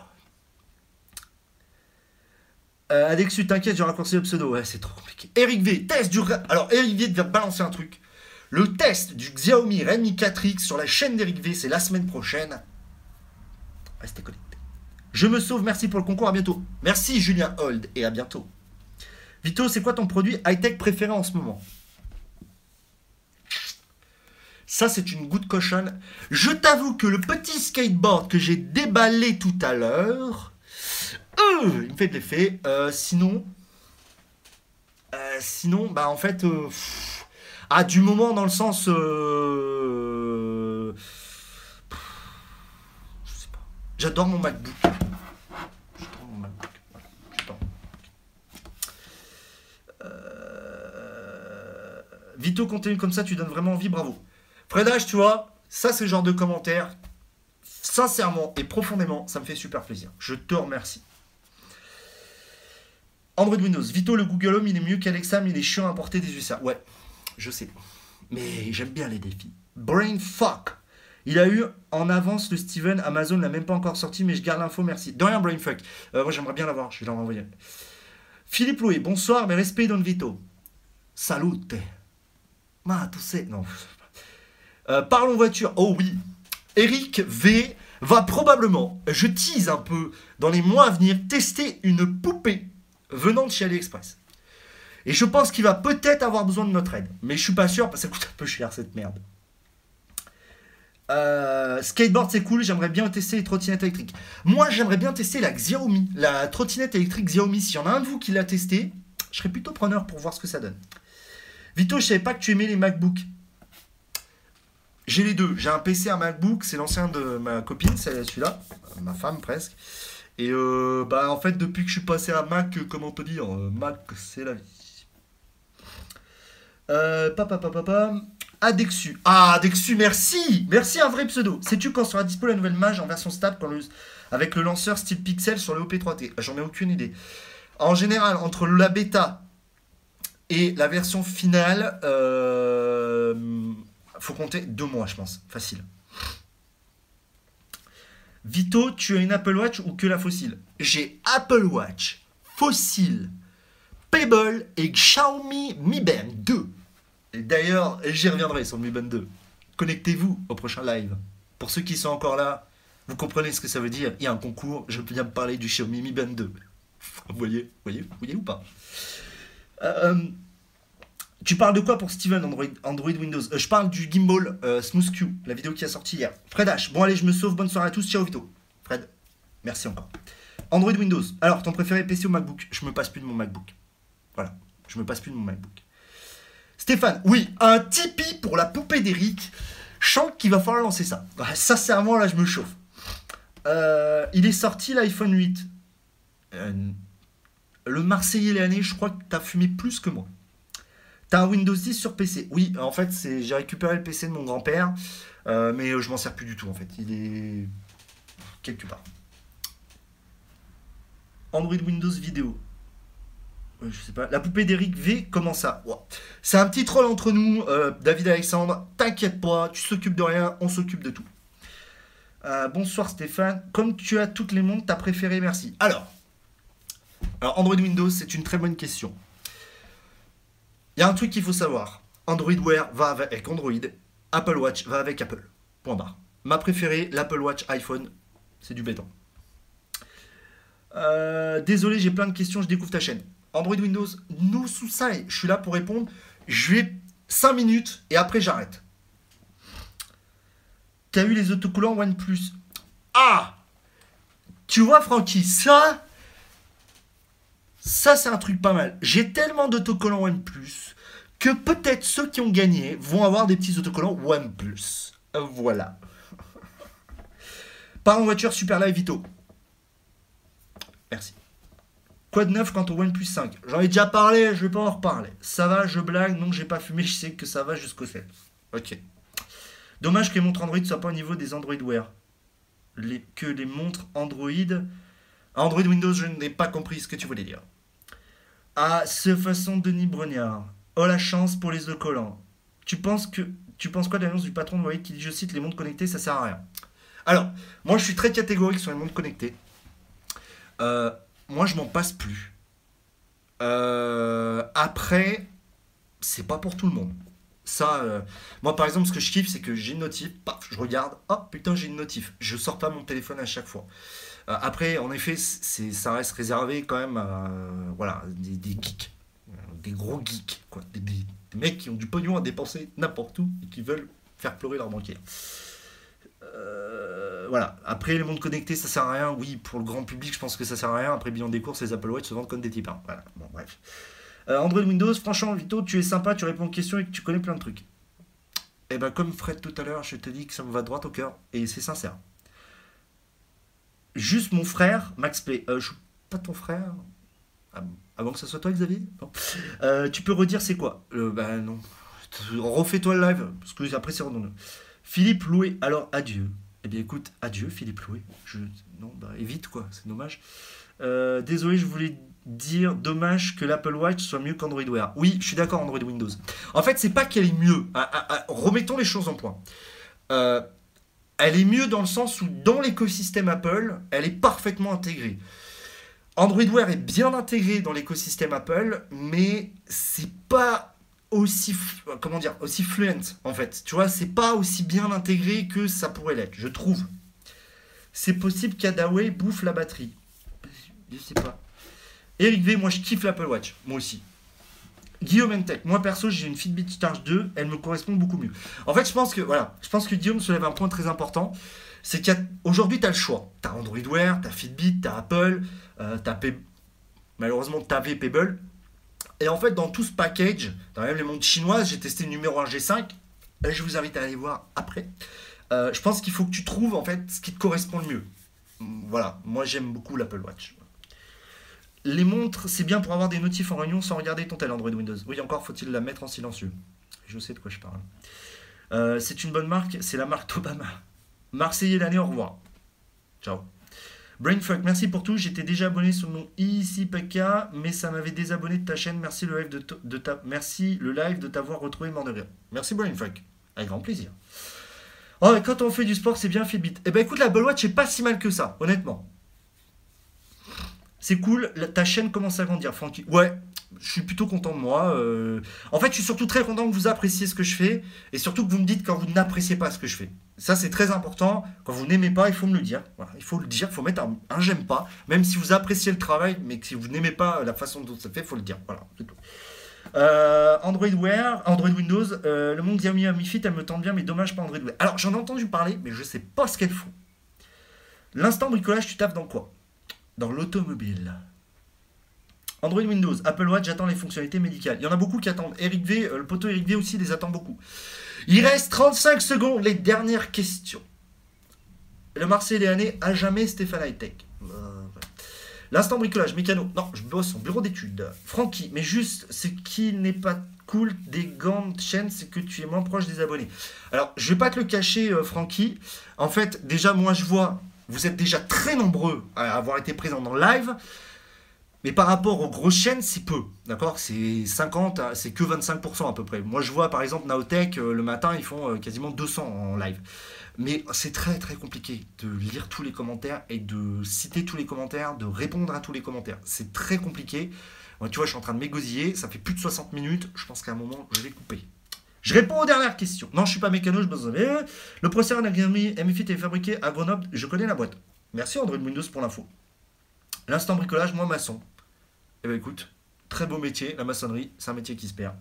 Euh, Adexu, t'inquiète, j'ai raccourci le pseudo. Ouais, c'est trop compliqué. Eric V, test du... Alors, Eric V vient balancer un truc. Le test du Xiaomi Redmi quatre X sur la chaîne d'Eric V, c'est la semaine prochaine. Restez connectés. Je me sauve, merci pour le concours, à bientôt. Merci Julien Hold, et à bientôt. Vito, c'est quoi ton produit high-tech préféré en ce moment? Ça, c'est une goutte cochonne. Je t'avoue que le petit skateboard que j'ai déballé tout à l'heure, euh, il me fait de l'effet. Euh, sinon, euh, sinon, bah en fait, euh, pff, ah, du moment dans le sens, euh, pff, je sais pas. J'adore mon MacBook. J'adore mon MacBook. Voilà, j'adore mon MacBook. Euh, Vito, contenu comme ça, tu donnes vraiment envie, bravo. Fredage, tu vois, ça c'est le genre de commentaire, sincèrement et profondément, ça me fait super plaisir. Je te remercie. Android Windows, Vito, le Google Home, il est mieux qu'Alexa, mais il est chiant à porter des U S A. Ouais, je sais. Mais j'aime bien les défis. Brainfuck. Il a eu en avance le Steven, Amazon l'a même pas encore sorti, mais je garde l'info, merci. De rien, Brainfuck. Euh, moi j'aimerais bien l'avoir, je vais leur envoyer. Philippe Loué, bonsoir, mes respects, Don Vito. Salute. Ma, tu sais, non. Euh, parlons voiture. Oh oui. Eric V va probablement, je tease un peu, dans les mois à venir, tester une poupée venant de chez AliExpress. Et je pense qu'il va peut-être avoir besoin de notre aide. Mais je suis pas sûr parce que ça coûte un peu cher cette merde. Euh, skateboard c'est cool, j'aimerais bien tester les trottinettes électriques. Moi j'aimerais bien tester la Xiaomi, la trottinette électrique Xiaomi. S'il y en a un de vous qui l'a testé, je serais plutôt preneur pour voir ce que ça donne. Vito, je savais pas que tu aimais les MacBooks. J'ai les deux. J'ai un P C, un MacBook. C'est l'ancien de ma copine, c'est celui-là. Ma femme, presque. Et euh, bah, en fait, depuis que je suis passé à Mac, comment te dire, Mac, c'est la vie. Euh, papa, papa, papa. Adexu. Ah, Adexu, merci. Merci, un vrai pseudo. Sais-tu quand sera dispo la nouvelle Mage en version stable quand le, avec le lanceur style Pixel sur le O P trois T? J'en ai aucune idée. En général, entre la bêta et la version finale, euh... faut compter deux mois, je pense. Facile. Vito, tu as une Apple Watch ou que la fossile? J'ai Apple Watch, fossile, Pebble et Xiaomi Mi Band deux. Et d'ailleurs, j'y reviendrai sur le Mi Band deux. Connectez-vous au prochain live. Pour ceux qui sont encore là, vous comprenez ce que ça veut dire. Il y a un concours, je viens me parler du Xiaomi Mi Band deux. Vous voyez, vous voyez, vous voyez ou pas? euh, Tu parles de quoi pour Steven, Android, Android Windows? euh, Je parle du gimbal euh, Smooth Q, la vidéo qui a sorti hier. Fred H, bon allez, je me sauve, bonne soirée à tous, ciao Vito. Fred, merci encore. Android Windows, alors ton préféré P C ou MacBook? Je me passe plus de mon MacBook. Voilà, je me passe plus de mon MacBook. Stéphane, oui, un Tipeee pour la poupée d'Eric. Je sens qu'il va falloir lancer ça. Sincèrement, là, je me chauffe. Euh, il est sorti l'iPhone huit. Euh, le Marseillais l'année, je crois que t'as fumé plus que moi. T'as un Windows dix sur P C? Oui, en fait, c'est, j'ai récupéré le P C de mon grand-père, euh, mais je m'en sers plus du tout, en fait. Il est quelque part. Android Windows vidéo. Euh, je sais pas. La poupée d'Eric V, comment ça? Wow. C'est un petit troll entre nous, euh, David Alexandre. T'inquiète pas, tu s'occupes de rien, on s'occupe de tout. Euh, bonsoir Stéphane. Comme tu as toutes les montres, t'as préféré, merci. Alors, alors Android Windows, c'est une très bonne question. Il y a un truc qu'il faut savoir. Android Wear va avec Android. Apple Watch va avec Apple. Point barre. Ma préférée, l'Apple Watch iPhone. C'est du béton. Euh, désolé, j'ai plein de questions, je découvre ta chaîne. Android Windows, nous sous ça, je suis là pour répondre. Je vais cinq minutes et après j'arrête. T'as eu les autocollants OnePlus? Ah! Tu vois, Francky, ça... Ça, c'est un truc pas mal. J'ai tellement d'autocollants OnePlus que peut-être ceux qui ont gagné vont avoir des petits autocollants OnePlus. Voilà. Parlons voiture, super live, Vito. Merci. Quoi de neuf quant au OnePlus cinq? J'en ai déjà parlé, je vais pas en reparler. Ça va, je blague, non, j'ai pas fumé, je sais que ça va jusqu'au sept. Ok. Dommage que les montres Android soient pas au niveau des Android Wear. Les, que les montres Android... Android Windows, je n'ai pas compris ce que tu voulais dire. Ah, ce façon Denis Brognard. Oh la chance pour les autocollants. tu penses que tu penses quoi de l'annonce du patron de Huawei qui dit, je cite, les montres connectées, ça sert à rien. Alors, moi je suis très catégorique sur les montres connectées. Euh, moi je m'en passe plus. Euh, après, c'est pas pour tout le monde. Ça, euh, moi par exemple, ce que je kiffe, c'est que j'ai une notif, paf, je regarde, oh putain, j'ai une notif. Je sors pas mon téléphone à chaque fois. Euh, après, en effet, c'est, ça reste réservé quand même à euh, voilà, des, des geeks, des gros geeks, quoi. Des, des, des mecs qui ont du pognon à dépenser n'importe où et qui veulent faire pleurer leur banquier. Euh, voilà. Après, les montres connectées, ça sert à rien. Oui, pour le grand public, je pense que ça sert à rien. Après, bilan des courses, les Apple Watch se vendent comme des types. Hein. Voilà. Bon, bref. Euh, Android Windows, franchement, Vito, tu es sympa, tu réponds aux questions et que tu connais plein de trucs. Et ben, comme Fred tout à l'heure, je te dis que ça me va droit au cœur et c'est sincère. Juste mon frère, Max Play. Euh, je suis pas ton frère. Avant que ça soit toi, Xavier. Non. Euh, tu peux redire c'est quoi euh, Bah non. Refais-toi le live parce que après c'est redondant. Philippe Loué, alors adieu. Eh bien écoute, adieu Philippe Loué. Je... Non, bah évite quoi, c'est dommage. Euh, désolé, je voulais dire dommage que l'Apple Watch soit mieux qu'Android Wear. Oui, je suis d'accord, Android Windows. En fait, c'est pas qu'elle est mieux. Ah, ah, ah, remettons les choses en point. Euh, elle est mieux dans le sens où dans l'écosystème Apple, elle est parfaitement intégrée. Android Wear est bien intégré dans l'écosystème Apple, mais c'est pas aussi, comment dire, aussi fluent en fait. Tu vois, c'est pas aussi bien intégré que ça pourrait l'être, je trouve. C'est possible qu'Huawei bouffe la batterie. Je sais pas. Eric V, moi je kiffe l'Apple Watch, moi aussi. Guillaume Entech, moi perso j'ai une Fitbit Charge deux, elle me correspond beaucoup mieux. En fait, je pense que voilà, je pense que Guillaume soulève un point très important, c'est qu'aujourd'hui tu as le choix. Tu as Android Wear, tu as Fitbit, tu as Apple, euh, tu as Pe- malheureusement tu avais Pebble. Et en fait, dans tout ce package, dans même les montres chinoises, j'ai testé le numéro un G cinq. Et je vous invite à aller voir après. Euh, je pense qu'il faut que tu trouves en fait ce qui te correspond le mieux. Voilà, moi j'aime beaucoup l'Apple Watch. Les montres, c'est bien pour avoir des notifs en réunion sans regarder ton tel Android Windows. Oui, encore faut-il la mettre en silencieux. Je sais de quoi je parle. Euh, c'est une bonne marque, c'est la marque d'Obama. Marseillais l'année, au revoir. Ciao. Brainfuck, merci pour tout. J'étais déjà abonné sur mon I C P K, mais ça m'avait désabonné de ta chaîne. Merci le live de, t- de ta... Merci le live de t'avoir retrouvé mort de rire. Merci Brainfuck. Avec grand plaisir. Oh, et quand on fait du sport, c'est bien Fitbit. Eh ben écoute, la Apple Watch, c'est pas si mal que ça, honnêtement. C'est cool, la, ta chaîne commence à grandir, Francky. Ouais, je suis plutôt content de moi. Euh... En fait, je suis surtout très content que vous appréciez ce que je fais et surtout que vous me dites quand vous n'appréciez pas ce que je fais. Ça, c'est très important. Quand vous n'aimez pas, il faut me le dire. Voilà, il faut le dire, il faut mettre un, un j'aime pas. Même si vous appréciez le travail, mais que si vous n'aimez pas la façon dont ça fait, il faut le dire. Voilà, c'est tout. Euh, Android Wear, Android Windows, euh, le monde Xiaomi Mi Fit, elle me tente bien, mais dommage pas Android Wear. Alors, j'en ai entendu parler, mais je sais pas ce qu'elles font. L'instant bricolage, tu tapes dans quoi ? Dans l'automobile. Android Windows, Apple Watch, j'attends les fonctionnalités médicales. Il y en a beaucoup qui attendent. Eric V, euh, le poteau Eric V aussi les attend beaucoup. Il reste trente-cinq secondes, les dernières questions. Le Marseillais à jamais Stéphane Hightech. Euh, voilà. L'instant bricolage, mécano. Non, je bosse en bureau d'études. Francky, mais juste, ce qui n'est pas cool des gants de chaîne, c'est que tu es moins proche des abonnés. Alors, je vais pas te le cacher, euh, Francky. En fait, déjà, moi, je vois... Vous êtes déjà très nombreux à avoir été présents dans le live, mais par rapport aux grosses chaînes, c'est peu, d'accord ? C'est cinquante, c'est que vingt-cinq pour cent à peu près. Moi, je vois par exemple Naotech, euh, le matin, ils font euh, quasiment deux cents en live. Mais c'est très très compliqué de lire tous les commentaires et de citer tous les commentaires, de répondre à tous les commentaires. C'est très compliqué. Moi, tu vois, je suis en train de m'égosiller, ça fait plus de soixante minutes, je pense qu'à un moment, je vais couper. Je réponds aux dernières questions. Non, je suis pas mécano, je bosse. Le processeur Xiaomi Mi Fit est fabriqué à Grenoble. Je connais la boîte. Merci Android Windows pour l'info. L'instant bricolage, moi maçon. Eh ben écoute, très beau métier, la maçonnerie, c'est un métier qui se perd.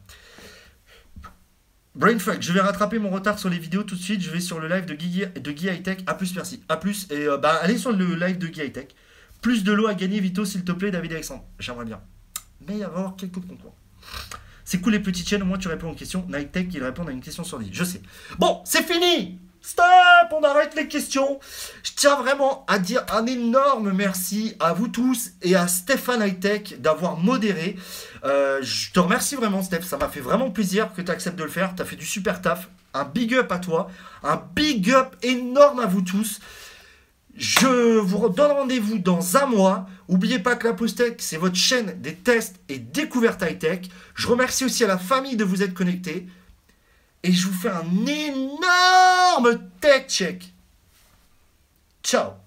Brainfuck, je vais rattraper mon retard sur les vidéos tout de suite. Je vais sur le live de Guy, de Guy Hightech. A plus, merci. A plus, et euh, bah allez sur le live de Guy Hightech. Plus de lots à gagner, Vito, s'il te plaît, David Alexandre. J'aimerais bien. Mais il va y avoir quelques concours. C'est cool les petites chaînes, au moins tu réponds aux questions. Nightech, il répond à une question sur dix. Je sais. Bon, c'est fini. Stop, on arrête les questions. Je tiens vraiment à dire un énorme merci à vous tous et à Stéphane Hightech d'avoir modéré. Euh, je te remercie vraiment, Steph. Ça m'a fait vraiment plaisir que tu acceptes de le faire. Tu as fait du super taf. Un big up à toi. Un big up énorme à vous tous. Je vous donne rendez-vous dans un mois. N'oubliez pas que la Postec, c'est votre chaîne des tests et découvertes high-tech. Je remercie aussi à la famille de vous être connectés. et je vous fais un énorme tech check. Ciao.